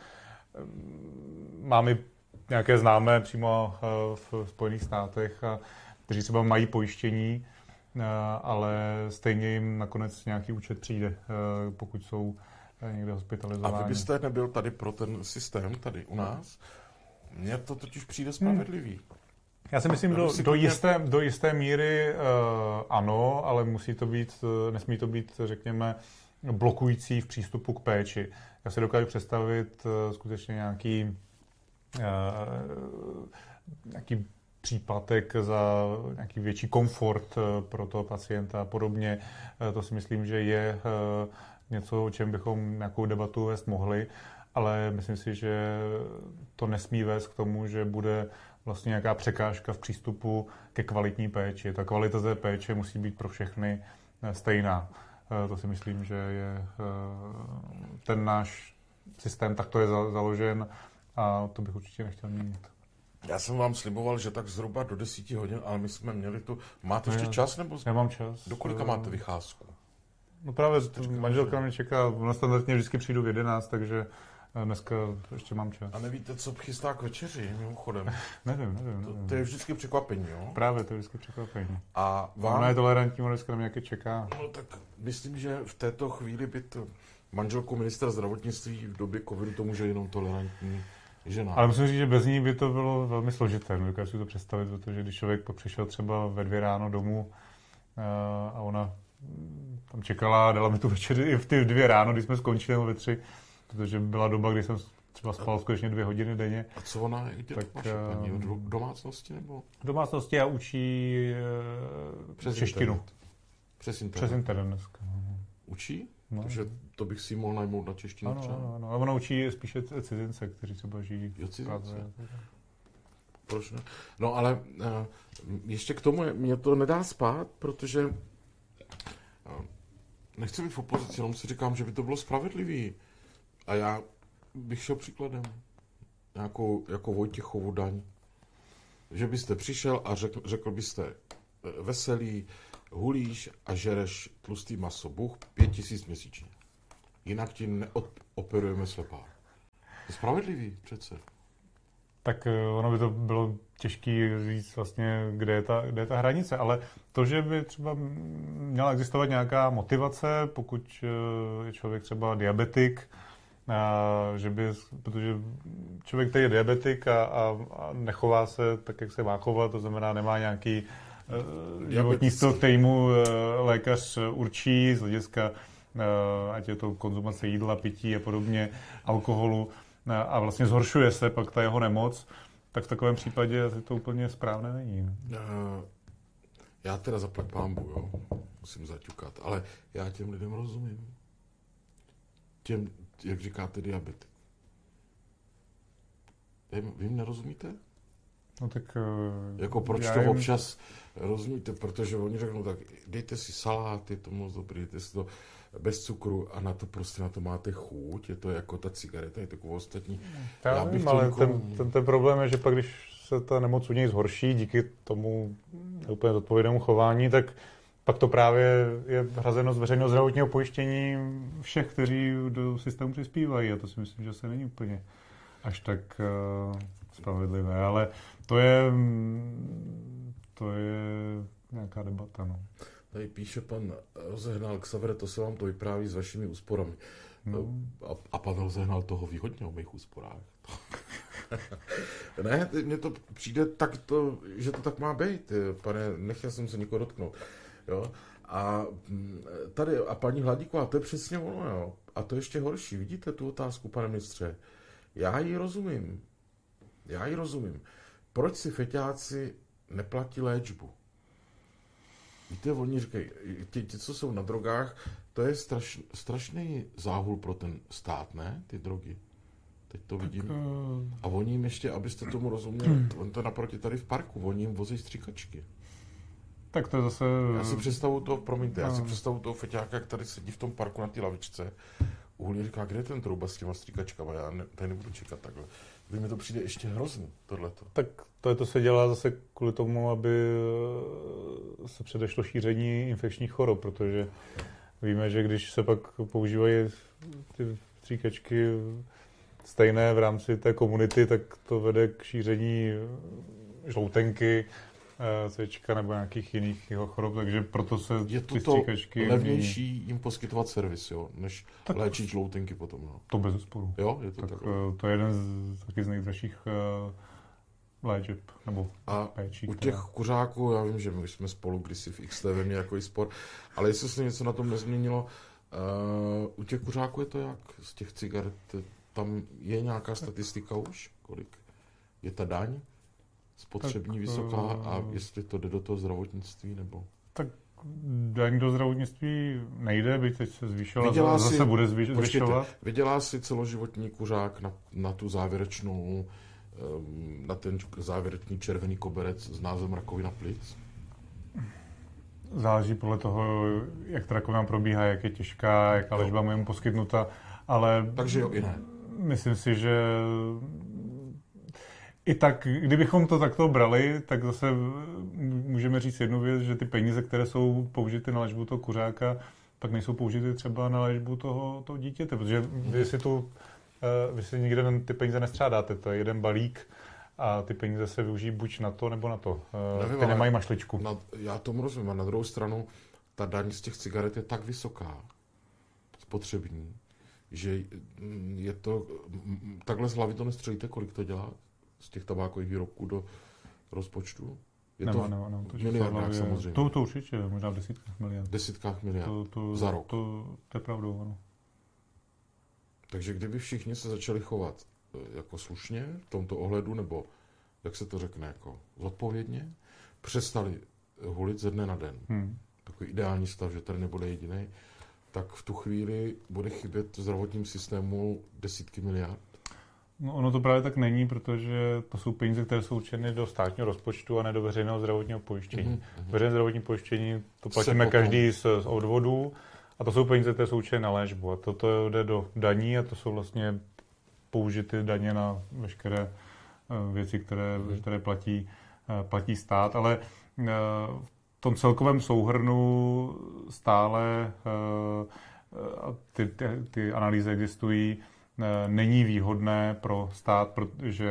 Máme nějaké známé přímo uh, v Spojených státech, a, kteří třeba mají pojištění, uh, ale stejně jim nakonec nějaký účet přijde, uh, pokud jsou někde hospitalizováni. A vy byste nebyl tady pro ten systém, tady u nás? Mně to totiž přijde spravedlivý. Hmm. Já si myslím, do, do, jisté, do jisté míry uh, ano, ale musí to být, nesmí to být, řekněme, blokující v přístupu k péči. Já si dokážu představit uh, skutečně nějaký, uh, nějaký příplatek za nějaký větší komfort uh, pro toho pacienta a podobně. Uh, to si myslím, že je uh, něco, o čem bychom nějakou debatu vést mohli, ale myslím si, že to nesmí vést k tomu, že bude vlastně nějaká překážka v přístupu ke kvalitní péči. Ta kvalita té péče musí být pro všechny stejná. To si myslím, že je ten náš systém takto je založen a to bych určitě nechtěl měnit. Já jsem vám sliboval, že tak zhruba do desíti hodin, ale my jsme měli tu... Máte ještě čas? Nebo... Já mám čas. Do kolika máte vycházku? No právě, manželka mě čeká, na standardně vždycky přijdu v jedenáct, takže dneska ještě mám čas. A nevíte, co chystá k večeři, mimochodem? nevím, nevím, nevím. To, to je vždycky překvapení, jo? Právě, to je vždycky překvapení. A vám... Ona je tolerantní, ona dneska na mě nějaké čeká. No tak myslím, že v této chvíli by to manželku ministra zdravotnictví v době covidu to může jenom tolerantní žena. Ale musím říct, že bez ní by to bylo velmi složité. Dokážu si to představit, protože když člověk přišel třeba ve dvě ráno domů a ona tam čekala, dala mi tu večeři i v ty dvě ráno, když jsme skončili, nebo ve tři, protože byla doba, kdy jsem třeba spal skutečně dvě hodiny denně. A co ona, kde tak, vaše paní? V domácnosti nebo? V domácnosti a učí přes češtinu. Internet. Přes internet. Přes internet dneska. No. Učí? No. Takže to bych si mohl najmout na češtinu ano, třeba. Ano, ano. A ona učí spíše cizince, kteří třeba žijí. Jo, cizince. Proč ne? No ale uh, ještě k tomu, mě to nedá spát, protože uh, nechci být v opozici, jenom si říkám, že by to bylo spravedlivý. A já bych šel příkladem. Nějakou, jako Vojtěchovu daň. Že byste přišel a řekl, řekl byste veselý, hulíš a žereš tlustý maso. Bůh pět tisíc měsíčně. Jinak ti neoperujeme slepá. To je spravedlivý přece. Tak ono by to bylo těžké říct vlastně, kde je, ta, kde je ta hranice, ale to, že by třeba měla existovat nějaká motivace, pokud je člověk třeba diabetik, a že by, protože člověk, který je diabetik a, a, a nechová se tak, jak se má chovat, to znamená, nemá nějaký uh, životní styl, který mu uh, lékař určí z hlediska, uh, ať je to konzumace jídla, pití a podobně, alkoholu, uh, a vlastně zhoršuje se pak ta jeho nemoc, tak v takovém případě asi to úplně správné není. Uh, já teda zaplať pánbu, jo, musím zaťukat, ale já těm lidem rozumím. Těm, jak říkáte, diabetik. Vy jim nerozumíte? No tak... Uh, jako proč to jim... občas rozumíte? Protože oni řeknou tak, dejte si salát, je to moc dobrý, dejte si to bez cukru a na to prostě na to máte chuť, je to jako ta cigareta, je takovou ostatní. Já, Já bych vím, ale nikomu... ten, ten, ten problém je, že pak když se ta nemoc u něj zhorší díky tomu úplně zodpovědnému chování, tak pak to právě je hrazeno z veřejného zdravotního pojištění všech, kteří do systému přispívají. A to si myslím, že se není úplně až tak uh, spravedlivé. Ale to je, to je nějaká debata. No. Tady píše pan Rozehnal Xaver, to se vám to vypráví s vašimi úsporami. No. A, a pan Rozehnal toho ví hodně o mých úsporách. Ne, mně to přijde tak, to, že to tak má být. Pane, nechtěl jsem se nikoho dotknout. Jo? A tady, a paní Hladíková, to je přesně ono, jo? A to ještě horší. Vidíte tu otázku, pane ministře? Já ji rozumím. Já ji rozumím. Proč si feťáci neplatí léčbu? Víte, oni říkají, ti, ti, co jsou na drogách, to je straš, strašný záhul pro ten stát, ne? Ty drogy. Teď to vidím. Tak, uh... A oni jim ještě, abyste tomu rozuměli, on to naproti tady v parku, oni jim vozí stříkačky. Tak to je zase... Já si představu to, promiňte, já si představu toho feťáka, který sedí v tom parku na té lavičce, uhlí říká, kde je ten trouba s těma stříkačkama, já ne, tady nebudu čekat takhle. Vy mi to přijde ještě hrozný, tohleto. Tak to, je, to se dělá zase kvůli tomu, aby se předešlo šíření infekčních chorob, protože víme, že když se pak používají ty stříkačky stejné v rámci té komunity, tak to vede k šíření žloutenky, cvička nebo nějakých jiných jeho chorob, takže proto se je to ty stříkačky... Je to levnější jim poskytovat servis, jo, než tak léčit žloutenky potom, no. To bez zesporu. Jo, je to tak. takhle. To je jeden z, taky z nejdražších uh, léčeb, nebo a péčí. U těch kuřáků, já vím, že my jsme spolu kdysi v X T V měli jako spor, ale jestli se něco na tom nezměnilo, uh, u těch kuřáků je to jak? Z těch cigaret, tam je nějaká statistika už? Kolik je ta daň? Spotřební tak, vysoká a jestli to jde do toho zdravotnictví, nebo... Tak daň do zdravotnictví nejde, byť teď se zvýšila, vydělá zase si, bude zvýš, zvyšovat. Vydělá si celoživotní kuřák na, na tu závěrečnou, na ten závěrečný červený koberec s názvem rakovina plic? Záleží podle toho, jak ta rakovina probíhá, jak je těžká, jaká léčba mu je poskytnuta, ale... Takže jo, i ne. Myslím si, že i tak, kdybychom to takto brali, tak zase můžeme říct jednu věc, že ty peníze, které jsou použity na léčbu toho kuřáka, pak nejsou použity třeba na léčbu toho, toho dítěte, protože vy si, tu, vy si nikde ty peníze nestřádáte, to je jeden balík a ty peníze se využijí buď na to, nebo na to. Nevím, ty nemají mašličku. Na, já tomu rozumím, a na druhou stranu ta daň z těch cigaret je tak vysoká, spotřební, že je to, takhle z hlavy to nestřelíte, kolik to dělá z těch tabákových výrobků do rozpočtu? Je nemá, to nemá, nemá, to miliardách samozřejmě. To, to určitě, možná v desítkách miliard. Desítkách miliard to, to, za rok. To, to je pravdou, ano. Takže kdyby všichni se začali chovat jako slušně v tomto ohledu, nebo jak se to řekne, jako zodpovědně, přestali hulit ze dne na den. Hmm. Takový ideální stav, že tady nebude jediný, tak v tu chvíli bude chybět v zdravotním systému desítky miliard. No ono to právě tak není, protože to jsou peníze, které jsou určeny do státního rozpočtu a ne do veřejného zdravotního pojištění. Mm-hmm. Veřejné zdravotní pojištění to platíme každý z, z odvodů a to jsou peníze, které jsou určeny na léčbu. A toto jde do daní a to jsou vlastně použity daně na veškeré věci, které, mm-hmm. které platí, platí stát. Ale v tom celkovém souhrnu stále ty, ty, ty analýzy existují, není výhodné pro stát, protože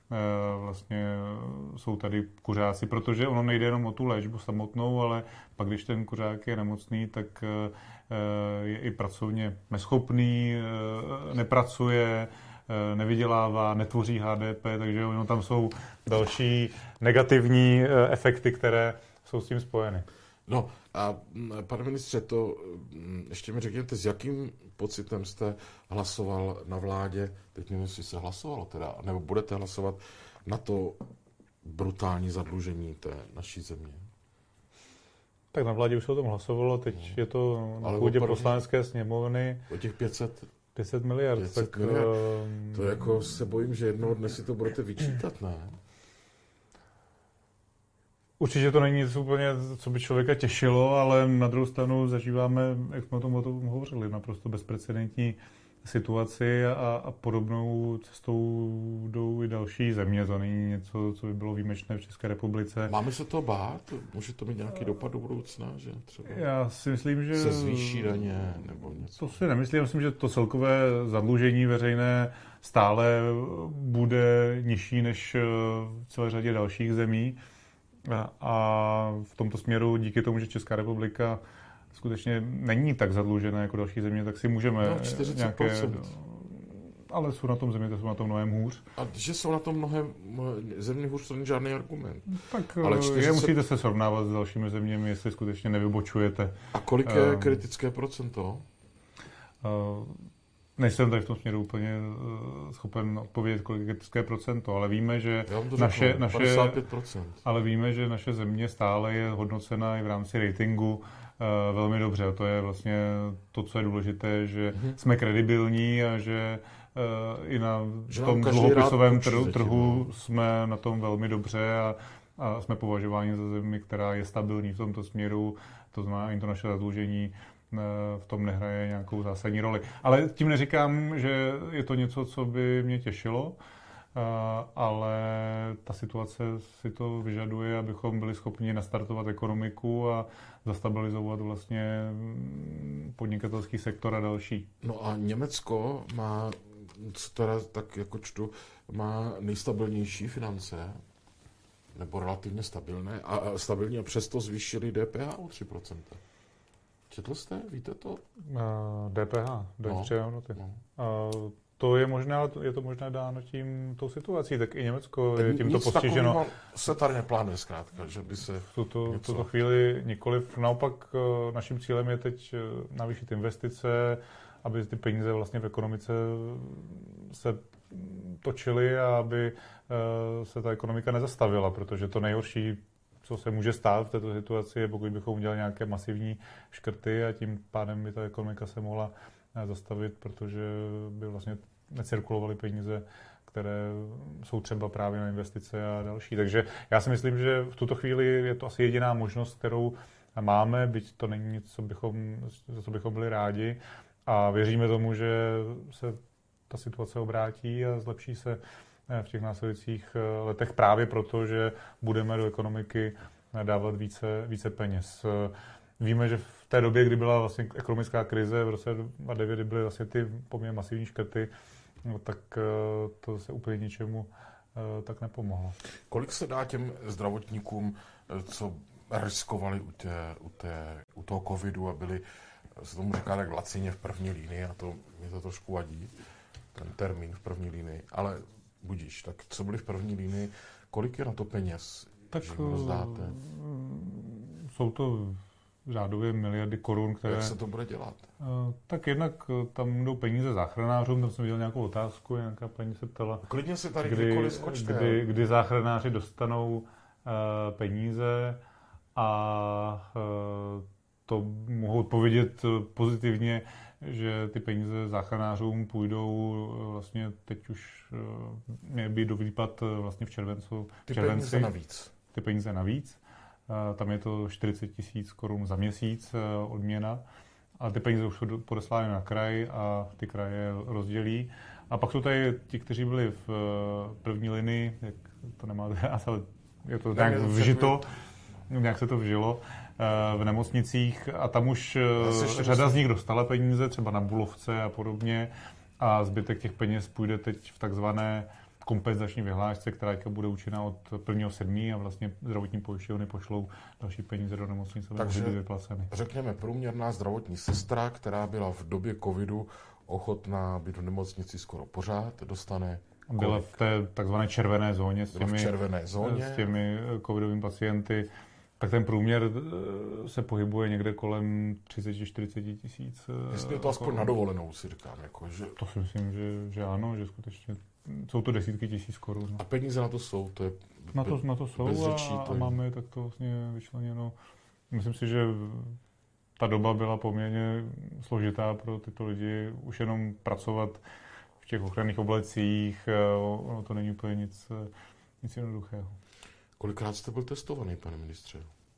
vlastně jsou tady kuřáci, protože ono nejde jenom o tu léčbu samotnou, ale pak, když ten kuřák je nemocný, tak je i pracovně neschopný, nepracuje, nevydělává, netvoří H D P, takže ono tam jsou další negativní efekty, které jsou s tím spojeny. No a pane ministře, to ještě mi řekněte, s jakým pocitem jste hlasoval na vládě, teď nevím, jestli se hlasovalo teda, nebo budete hlasovat na to brutální zadlužení té naší země? Tak na vládě už se o tom hlasovalo, teď no. je to na půdě poslanecké sněmovny. O těch pět set pět set miliard. pět set tak, miliard. To jako se bojím, že jednoho dne si to budete vyčítat, ne? Určitě to není nic úplně, co by člověka těšilo, ale na druhou stranu zažíváme, jak jsme o tom, o tom hovořili, naprosto bezprecedentní situaci a, a podobnou cestou jdou i další země. To není něco, co by bylo výjimečné v České republice. Máme se to bát? Může to mít nějaký dopad do budoucna? Že třeba Já si myslím, že se zvýší daně nebo něco? To si nemyslím. Myslím, že to celkové zadlužení veřejné stále bude nižší než v celé řadě dalších zemí. A v tomto směru díky tomu, že Česká republika skutečně není tak zadlužená jako další země, tak si můžeme no, čtyřicet procent. Nějaké... Ale jsou na tom země, tak jsou na tom mnohem hůř. A že jsou na tom mnohem země hůř, to není žádný argument. Tak ale čtyřicet... je, musíte se srovnávat s dalšími zeměmi, jestli skutečně nevybočujete. A kolik je um, kritické procento? Uh, Nejsem tady v tom směru úplně schopen odpovědět, kolik je kritické procento, ale víme, že naše, řeknu, naše, padesát pět procent. ale víme, že naše země stále je hodnocena i v rámci ratingu uh, velmi dobře. To je vlastně to, co je důležité, že mm-hmm. jsme kredibilní a že uh, i na že tom dluhopisovém trhu, trhu jsme na tom velmi dobře a, a jsme považováni za zemi, která je stabilní v tomto směru. To znamená, ani to naše zadlužení v tom nehraje nějakou zásadní roli. Ale tím neříkám, že je to něco, co by mě těšilo, ale ta situace si to vyžaduje, abychom byli schopni nastartovat ekonomiku a zastabilizovat vlastně podnikatelský sektor a další. No a Německo má, co teda tak jako čtu, má nejstabilnější finance, nebo relativně stabilné, a stabilně a přesto zvýšili D P H o tři procenta. Četl jste? Víte to? Uh, D P H, no, no. Uh, to je možná, je to možná dáno tím tou situací, tak i Německo tak je tímto postiženo. Nic se tady neplánuje zkrátka, že by se v tuto, něco... tuto chvíli nikoliv. Naopak naším cílem je teď navýšit investice, aby ty peníze vlastně v ekonomice se točily a aby uh, se ta ekonomika nezastavila, protože to nejhorší, co se může stát v této situaci, je pokud bychom udělali nějaké masivní škrty a tím pádem by ta ekonomika se mohla zastavit, protože by vlastně necirkulovaly peníze, které jsou třeba právě na investice a další. Takže já si myslím, že v tuto chvíli je to asi jediná možnost, kterou máme, byť to není nic, co bychom, za co bychom byli rádi, a věříme tomu, že se ta situace obrátí a zlepší se v těch následujících letech právě proto, že budeme do ekonomiky dávat více, více peněz. Víme, že v té době, kdy byla vlastně ekonomická krize v roce dva tisíce devět, kdy byly vlastně ty poměrně masivní škrty, no, tak to se úplně ničemu tak nepomohlo. Kolik se dá těm zdravotníkům, co riskovali u, té, u, té, u toho covidu a byli, se tomu říká tak lacině, v první linii, a to mě to trošku vadí, ten termín v první linii, ale budíš, tak co byli v první linii, kolik je na to peněz, tak, že jim rozdáte? Jsou to řádově miliardy korun, které... Jak se to bude dělat? Tak jednak tam jdou peníze záchranářům, tam jsem viděl nějakou otázku, nějaká paní se ptala, klidně se tady kdy, skočte, kdy, kdy záchranáři dostanou uh, peníze, a uh, to mohu odpovědět pozitivně, že ty peníze záchranářům půjdou vlastně teď už měly by do výplat vlastně v červencu. Ty červenci, peníze navíc. Ty peníze navíc. Tam je to čtyřicet tisíc korun za měsíc odměna. A ty peníze už jsou podeslány na kraj a ty kraje rozdělí. A pak jsou tady ti, kteří byli v první linii, jak to nemáte, ale je to nějak vžito, nějak se to vžilo v nemocnicích, a tam už řada z nich dostala peníze, třeba na Bulovce a podobně, a zbytek těch peněz půjde teď v takzvané kompenzační vyhlášce, která bude účinná od prvního sedmého a vlastně zdravotní pojišťovny pošlou další peníze do nemocnice, aby byly vyplaceny. Řekněme, průměrná zdravotní sestra, která byla v době covidu ochotná být v nemocnici skoro pořád, dostane kolik? Byla v té takzvané červené zóně s těmi, červené zóně. s těmi covidovými pacienty. Tak ten průměr se pohybuje někde kolem třicet až čtyřicet tisíc. Jestli je to aspoň na dovolenou, si říkám. Jako, že... To si myslím, že, že ano, že skutečně jsou to desítky tisíc korun. A peníze na to jsou? To je na, to, na to jsou bez a, řečí, to a máme tak to vlastně vyčleněno. Myslím si, že ta doba byla poměrně složitá pro tyto lidi. Už jenom pracovat v těch ochranných oblecích, ono to není úplně nic, nic jednoduchého. Kolikrát jste byl testovaný, pane ministře?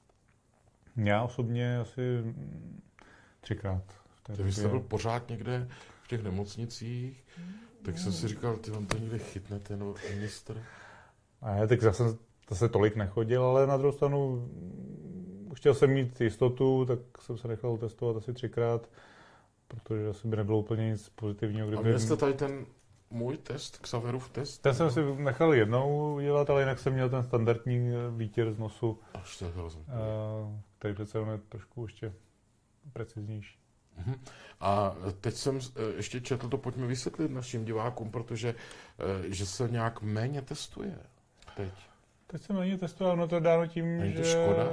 Já osobně asi třikrát. Vy jste byl pořád někde v těch nemocnicích, tak jsem si říkal, ty vám to někde chytne, ten ministr. A já tak zase, zase tolik nechodil, ale na druhou stranu chtěl jsem mít jistotu, tak jsem se nechal testovat asi třikrát, protože asi by nebylo úplně nic pozitivního. Kdyby... A měl jste tady ten můj test, Xaverův test? Ten jsem si nechal jednou udělat, ale jinak jsem měl ten standardní výtěr z nosu, Až to který přece je trošku ještě preciznější. Uh-huh. A teď jsem ještě četl, to pojďme vysvětlit našim divákům, protože že se nějak méně testuje teď. Teď se méně testuje, ono to je dáno tím, Není to že... škoda?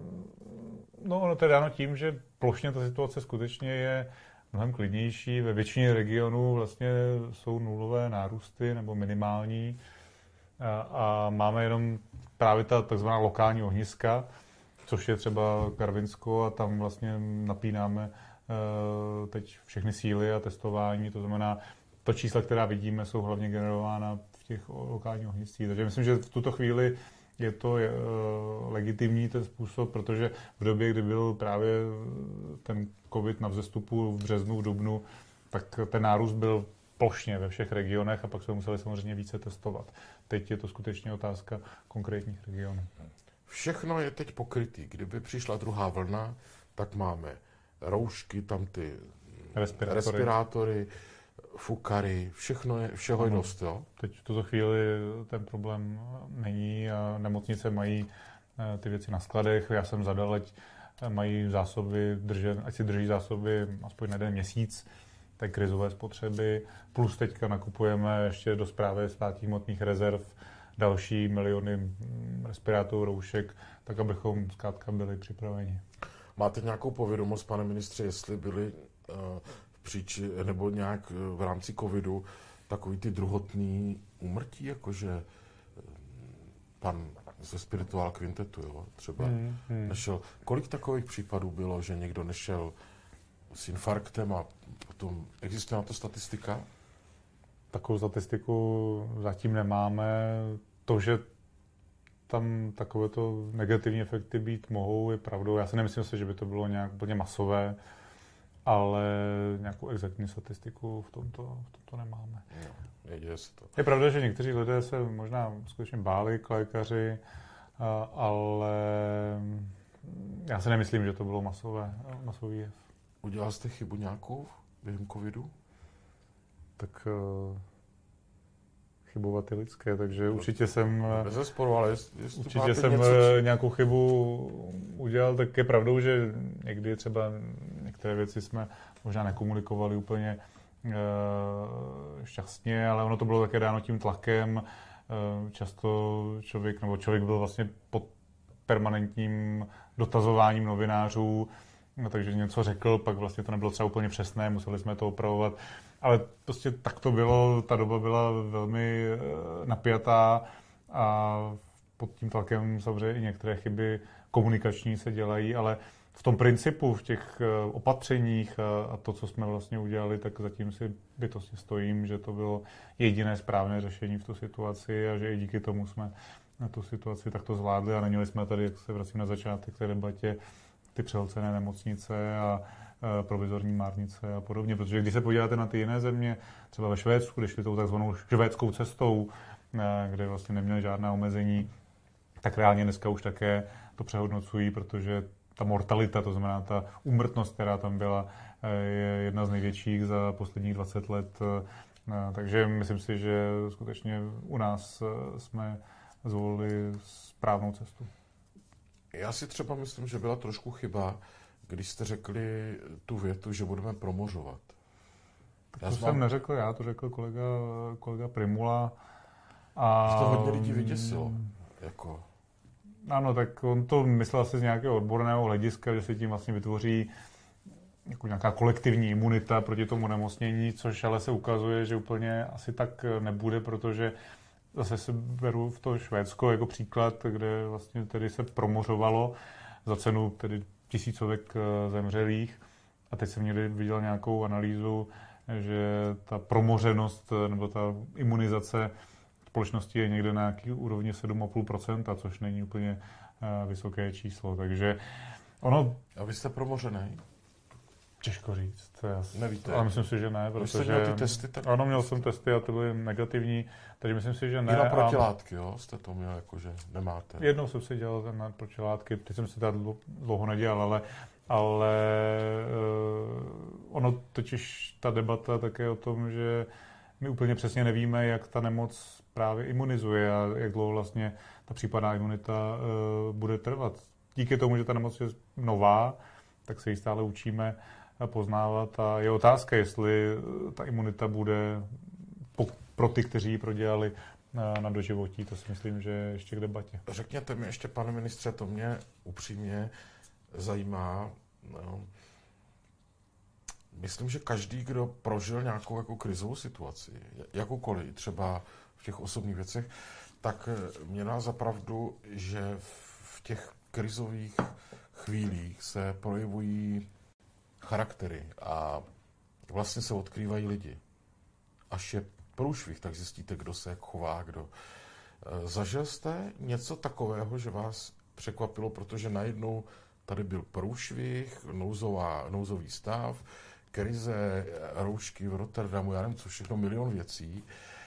No, ono to je dáno tím, že plošně ta situace skutečně je mnohem klidnější. Ve většině regionů vlastně jsou nulové nárůsty nebo minimální a, a máme jenom právě ta takzvaná lokální ohniska, což je třeba Karvinsko a tam vlastně napínáme uh, teď všechny síly a testování, to znamená, to čísla, která vidíme, jsou hlavně generována v těch lokálních ohniscích. Takže myslím, že v tuto chvíli je to uh, legitimní ten způsob, protože v době, kdy byl právě ten covid na vzestupu v březnu, v dubnu, tak ten nárůst byl plošně ve všech regionech a pak jsme museli samozřejmě více testovat. Teď je to skutečně otázka konkrétních regionů. Všechno je teď pokrytý. Kdyby přišla druhá vlna, tak máme roušky, tam ty respirátory, respirátory fukary, všechno je, všeho je dost, jo? Teď v tuto chvíli ten problém není a nemocnice mají ty věci na skladech. Já jsem zadal, ať mají zásoby, držet, ať si drží zásoby aspoň na jeden měsíc, té krizové spotřeby. Plus teďka nakupujeme ještě do správy státních hmotných rezerv další miliony respirátorů, roušek, tak abychom zkrátka byli připraveni. Máte nějakou povědomost, pane ministře, jestli byli uh, v příči, nebo nějak v rámci covidu takový ty druhotný úmrtí, jakože pan ze Spiritual Quintetu, jo, třeba hmm, hmm. nešel. Kolik takových případů bylo, že někdo nešel s infarktem a potom existuje na to statistika? Takovou statistiku zatím nemáme. To, že tam takovéto negativní efekty být mohou, je pravdou. Já si nemyslím si, že by to bylo nějak úplně masové, ale nějakou exaktní statistiku v tomto, v tomto nemáme. No, neděje se to. Je pravda, že někteří lidé se možná skutečně báli k lékaři, ale já si nemyslím, že to bylo masové, masový jev. Udělal jste chybu nějakou během covidu? Tak uh, chybovat je lidské, takže no, určitě jsem, bez zesporu, ale jest, jest určitě jsem něco, nějakou chybu udělal, tak je pravdou, že někdy třeba některé věci jsme možná nekomunikovali úplně uh, šťastně, ale ono to bylo také dáno tím tlakem. Uh, často člověk, nebo člověk byl vlastně pod permanentním dotazováním novinářů, no, takže něco řekl, pak vlastně to nebylo třeba úplně přesné, museli jsme to opravovat. Ale prostě tak to bylo, ta doba byla velmi napjatá a pod tím tlakem samozřejmě i některé chyby komunikační se dělají, ale v tom principu, v těch opatřeních a to, co jsme vlastně udělali, tak zatím si bytostně stojím, že to bylo jediné správné řešení v tu situaci a že i díky tomu jsme na tu situaci takto zvládli a neměli jsme tady, jak se vracím na začátek té debatě, ty přehlcené nemocnice a provizorní márnice a podobně, protože když se podíváte na ty jiné země, třeba ve Švédsku, když šli tou takzvanou švédskou cestou, kde vlastně neměli žádná omezení, tak reálně dneska už také to přehodnocují, protože ta mortalita, to znamená ta úmrtnost, která tam byla, je jedna z největších za posledních dvacet let Takže myslím si, že skutečně u nás jsme zvolili správnou cestu. Já si třeba myslím, že byla trošku chyba, když jste řekli tu větu, že budeme promořovat. Já to jsem mám... neřekl já, to řekl kolega, kolega Primula. A... To hodně lidí vyděsilo. Jako... Ano, tak on to myslel asi z nějakého odborného hlediska, že se tím vlastně vytvoří jako nějaká kolektivní imunita proti tomu nemocnění, což ale se ukazuje, že úplně asi tak nebude, protože zase se beru v to Švédsko jako příklad, kde vlastně tedy se promořovalo za cenu tedy tisícovek zemřelých. A teď jsem někdy viděl nějakou analýzu, že ta promořenost nebo ta imunizace společnosti je někde na nějaký úrovni sedm a půl procenta, což není úplně vysoké číslo. Takže ono... A vy jste promořený? Těžko říct. Já Nevíte? Ale myslím si, že ne. Protože... Vy jste měl ty testy? Tak... Ano, měl jsem testy a ty byly negativní, takže myslím si, že ne. I na protilátky, jo? Jste to měl jako, že nemáte? Jednou jsem si dělal ten na protilátky, teď jsem si to dlouho nedělal, ale, ale uh, ono totiž ta debata také o tom, že my úplně přesně nevíme, jak ta nemoc právě imunizuje a jak dlouho vlastně ta případná imunita uh, bude trvat. Díky tomu, že ta nemoc je nová, tak se ji stále učíme poznávat a je otázka, jestli ta imunita bude po, pro ty, kteří ji prodělali na, na doživotí. To si myslím, že je ještě k debatě. Řekněte mi ještě, pane ministře, to mě upřímně zajímá. No, myslím, že každý, kdo prožil nějakou jako krizovou situaci, jakoukoliv, třeba v těch osobních věcech, tak mě dá za pravdu, že v těch krizových chvílích se projevují charaktery a vlastně se odkrývají lidi. Až je průšvih, tak zjistíte, kdo se jak chová, kdo. Zažil jste něco takového, že vás překvapilo, protože najednou tady byl průšvih, nouzová, nouzový stav, krize, roušky v Rotterdamu, já nevím co, všechno, milion věcí.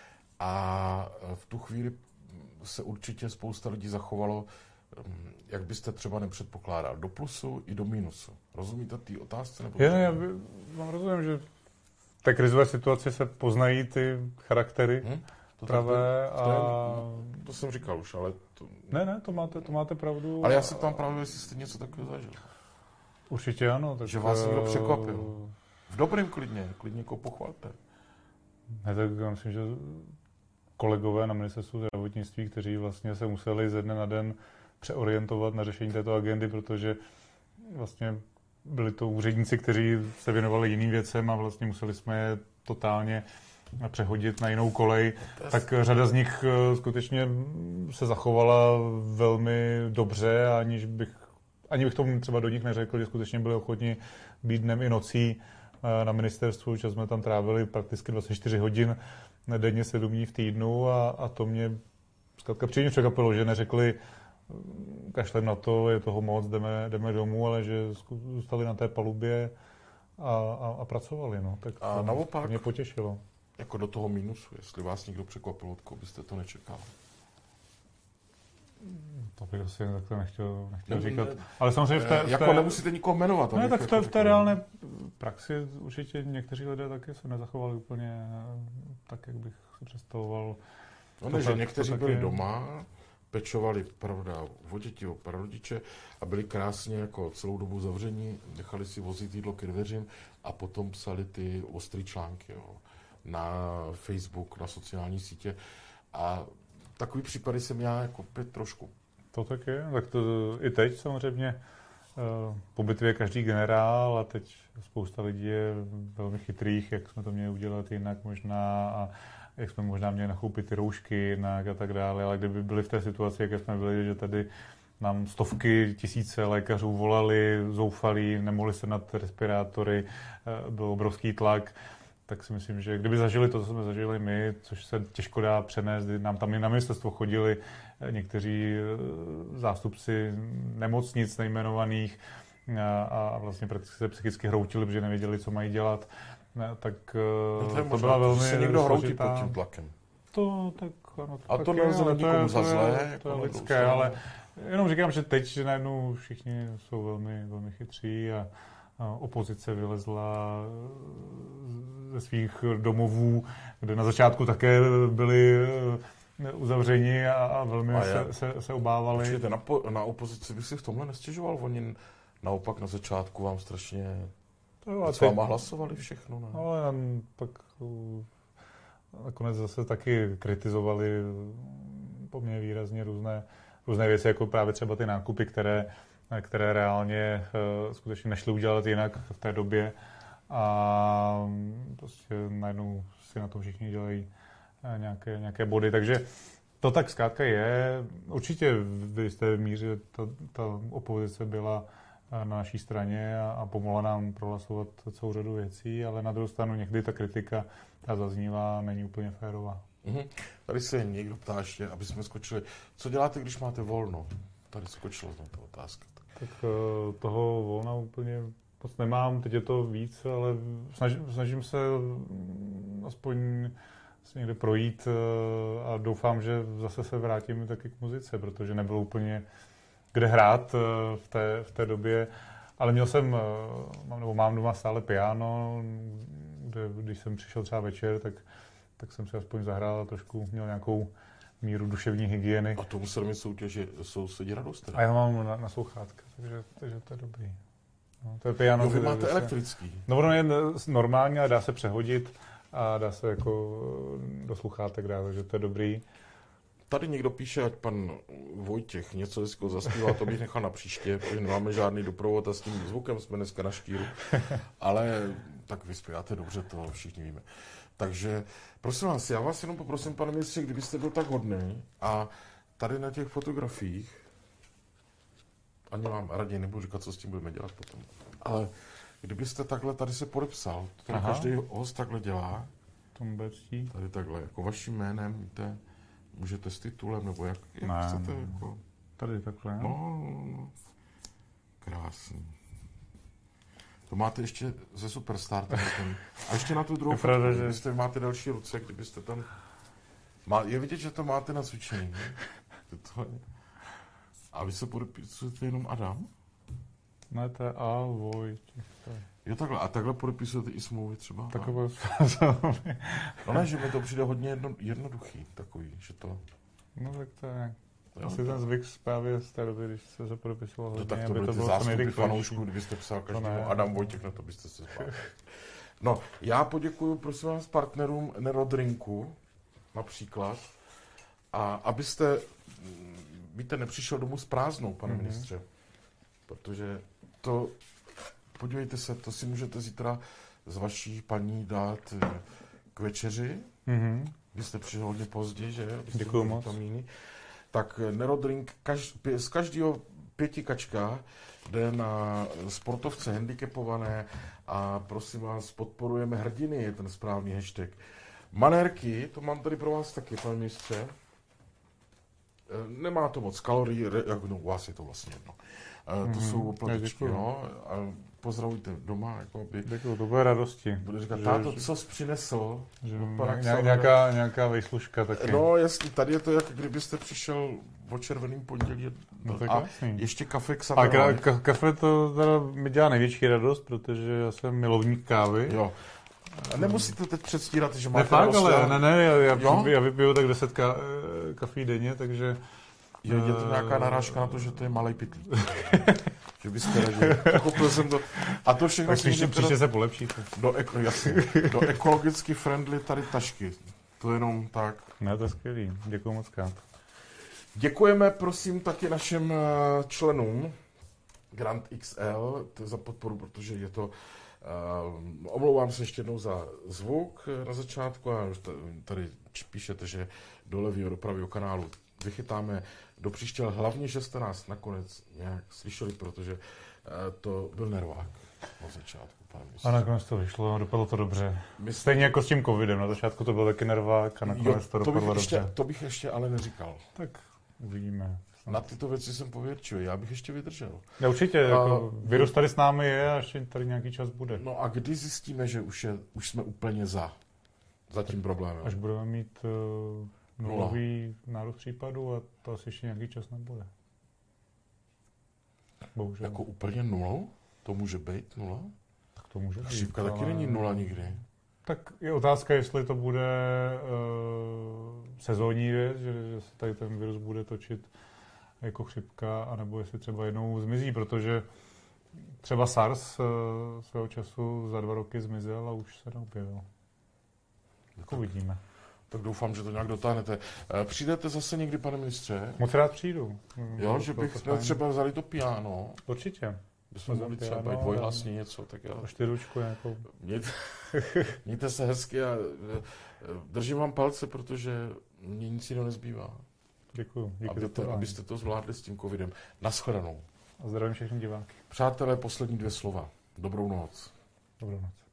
A v tu chvíli se určitě spousta lidí zachovalo, jak byste třeba nepředpokládal, do plusu i do minusu. Rozumíte té otázce? Nebo já, já vám rozumím, že v té krizové situaci se poznají ty charaktery hmm? to pravé to, to, a... To jsem říkal už, ale... To... Ne, ne, to máte, to máte pravdu. Ale já se tam právě, jestli jste něco takového zažil. Určitě ano. Tak... Že vás někdo překvapil. V dobrým klidně, klidně jako pochvalte. Ne, tak já myslím, že kolegové na ministerstvu zdravotnictví, kteří vlastně se museli ze dne na den přeorientovat na řešení této agendy, protože vlastně byli to úředníci, kteří se věnovali jiným věcem a vlastně museli jsme je totálně přehodit na jinou kolej, tak řada z nich skutečně se zachovala velmi dobře, aniž bych, ani bych tomu třeba do nich neřekl, že skutečně byli ochotni být dnem i nocí na ministerstvu, že jsme tam trávili prakticky dvacet čtyři hodin denně, sedm dní v týdnu a, a to mě zkrátka příjemně překvapilo, že neřekli kašlem na to, je toho moc, jdeme, jdeme domů, ale že zůstali na té palubě a, a, a pracovali. No. Tak a naopak, to mě potěšilo. Jako do toho minusu, jestli vás někdo překvapil, od koho byste to nečekal? To bych asi takhle nechtěl, nechtěl ne, říkat. Ne, ale samozřejmě v té... V jako té, nemusíte nikoho jmenovat. Ne, tak v té, jako v té reálné praxi určitě někteří lidé taky se nezachovali úplně tak, jak bych si představoval. No ne, že někteří byli je... doma, pečovali, pravda, o děti, o prarodiče a byli krásně jako celou dobu zavření, nechali si vozit jídlo ke dveřím a potom psali ty ostrý články, jo, na Facebook, na sociální sítě a takový případy jsem já jako pět trošku. To tak je, tak to i teď samozřejmě po bitvě je každý generál a teď spousta lidí je velmi chytrých, jak jsme to měli udělat jinak možná a jak jsme možná měli nakoupit ty roušky jinak a tak dále, ale kdyby byli v té situaci, jak jsme byli, že tady nám stovky, tisíce lékařů volali, zoufalí, nemohli se nad respirátory, byl obrovský tlak, tak si myslím, že kdyby zažili to, co jsme zažili my, což se těžko dá přenést, nám tam i na ministerstvo chodili někteří zástupci nemocnic nejmenovaných a, a vlastně prakticky se psychicky hroutili, protože nevěděli, co mají dělat, tak no to, to byla velmi se někdo hroutí pod tím tlakem. To, tak, ano, to a to nelze na nikomu za zlé. To je lidské, ale jenom říkám, že teď, že najednou všichni jsou velmi, velmi chytří a opozice vylezla ze svých domovů, kde na začátku také byli uzavřeni a, a velmi a se, se, se obávali. Určitě na, po, na opozici bych si v tomhle nestěžoval. Oni naopak na začátku vám strašně no, s váma hlasovali všechno. Ne? Ale pak nakonec zase taky kritizovali poměrně výrazně různé, různé věci, jako právě třeba ty nákupy, které, které reálně uh, skutečně nešly udělat jinak v té době. A prostě najednou si na tom všichni dělají nějaké, nějaké body. Takže to tak zkrátka je. Určitě v jisté míře ta, ta opozice byla na naší straně a, a pomohla nám prohlasovat celou řadu věcí, ale na druhou stranu někdy ta kritika, ta zaznívá, není úplně férová. Mm-hmm. Tady se někdo ptá ještě, aby jsme skočili. Co děláte, když máte volno? Tady skočila na ta otázka. Tak toho volna úplně moc nemám, teď je to víc, ale snažím, snažím se aspoň se někde projít a doufám, že zase se vrátím taky k muzice, protože nebylo úplně kde hrát v té, v té době, ale měl jsem, nebo mám doma stále piano, kde když jsem přišel třeba večer, tak, tak jsem si aspoň zahrál a trošku měl nějakou míru duševní hygieny. A to musel mít soutěži, sousedí radost teda. A já mám na, na sluchátka, takže, takže to je dobrý. No, to je piano. Jo, vy máte elektrický. No, ono je normální, ale dá se přehodit a dá se jako do sluchátek dát, takže to je dobrý. Tady někdo píše, ať pan Vojtěch něco hezkého zaspívá, to bych nechal na příště, protože nemáme žádný doprovod a s tím zvukem jsme dneska na štíru. Ale tak vy zpíváte dobře, to všichni víme. Takže prosím vás, já vás jenom poprosím, pane ministře, kdybyste byl tak hodný a tady na těch fotografiích, ani vám raději nebudu říkat, co s tím budeme dělat potom, ale kdybyste takhle tady se podepsal, to každý host takhle dělá, tady takhle, jako vaším jménem, víte, můžete s titulem, nebo jak, jak ne, chcete, ne. jako... Tady takhle, no, no, no. Krásný. To máte ještě ze Superstar. A ještě na tu druhou je pravda, fotku, kdybyste máte další ruce, kdybyste tam... Má, je vidět, že to máte na cvičení. A vy se podepisujete jenom Adam? Ne, to je A, Vojtěch. Jo, takhle. A takhle podepisujete i smlouvy třeba? Takové No ne, že mi to přijde hodně jedno, jednoduchý, takový, že to... No tak to je... Jo, asi ten zvyk právě z té doby, když se to podepisoval hodně, to tak to aby byly to ty bylo zástupy fanoušků, kdybyste psal každému Adam Vojtěch, na to byste se zbál. No, já poděkuju, prosím vás, partnerům Nerodrinku, například, a abyste, víte, nepřišel domů s prázdnou, pane mm-hmm. ministře, protože to, podívejte se, to si můžete zítra z vaší paní dát k večeři, mm-hmm. Vy jste přišel hodně pozdě, že? Děkuju moc. Vitamíny. Tak Nerodrink kaž, z každého pěti kačka jde na sportovce handicapované a prosím vás, podporujeme hrdiny, je ten správný hashtag. Manérky, to mám tady pro vás taky, pane ministře. Nemá to moc kalorií, no, u vás je to vlastně jedno. To mm-hmm. jsou platičky, no. A pozdravujte doma, jako by... Děkuju, to bude radosti. Bude říkat, táto, co jsi přinesl? Že ně, nějaká, nějaká vejslužka taky. No jasně, tady je to, jak kdybyste přišel o červeným pondělí. No, a jasný. ještě kafe k A ka, kafe to teda mi dělá největší radost, protože já jsem milovník kávy. Jo. A nemusíte teď předstírat, že máte... Ne, fakt, ale ne, ne, já, já, já vypiju tak deset ka, kafí denně, takže... Je, je to nějaká narážka na to, že to je malej pytlík. Že byste radili. Pochopil jsem to. A to všechno... Tak příště, příště se polepšíte. Do, eko, jasně, do ekologicky friendly tady tašky. To jenom tak. Ne, to je skvělý. Děkuji moc krát. Děkujeme, prosím, taky našim členům Grand X L za podporu, protože je to... Uh, omlouvám se ještě jednou za zvuk na začátku a tady píšete, že do levého, do pravého kanálu vychytáme do příště, hlavně, že jste nás nakonec nějak slyšeli, protože uh, to byl nervák na začátku. A nakonec to vyšlo, dopadlo to dobře. Myslím, stejně jako s tím covidem, na začátku to byl taky nervák a nakonec jo, to dopadlo to ještě, dobře. To bych ještě ale neříkal. Tak uvidíme. Na tyto věci jsem pověrčivý, já bych ještě vydržel. Já určitě, a, jako virus tady s námi je a ještě tady nějaký čas bude. No a kdy zjistíme, že už, je, už jsme úplně za, za tím problémem? Až budeme mít uh, nulový nárůst případů a to asi ještě nějaký čas nebude. Bohužel. Jako úplně nulou? To může být nula? Tak to může být. Chřipka taky ale... není nula nikdy. Tak je otázka, jestli to bude uh, sezónní věc, že, že se tady ten virus bude točit jako chřipka, anebo jestli třeba jednou zmizí, protože třeba SARS uh, svého času za dva roky zmizel a už se neobjevil. Jako vidíme. Tak doufám, že to nějak dotáhnete. Přijdete zase někdy, pane ministře? Moc rád přijdu. Jo, že bych jsme třeba vzali to piano. Určitě. Bychom mohli třeba být dvojhlasní něco. Tak já... O čtyřučku nějakou. Mějte, mějte se hezky a držím vám palce, protože mě nic jiného nezbývá. Děkuju. Díky Aby to, abyste to zvládli s tím covidem. Naschledanou. A zdravím všechny diváky. Přátelé, poslední dvě slova. Dobrou noc. Dobrou noc.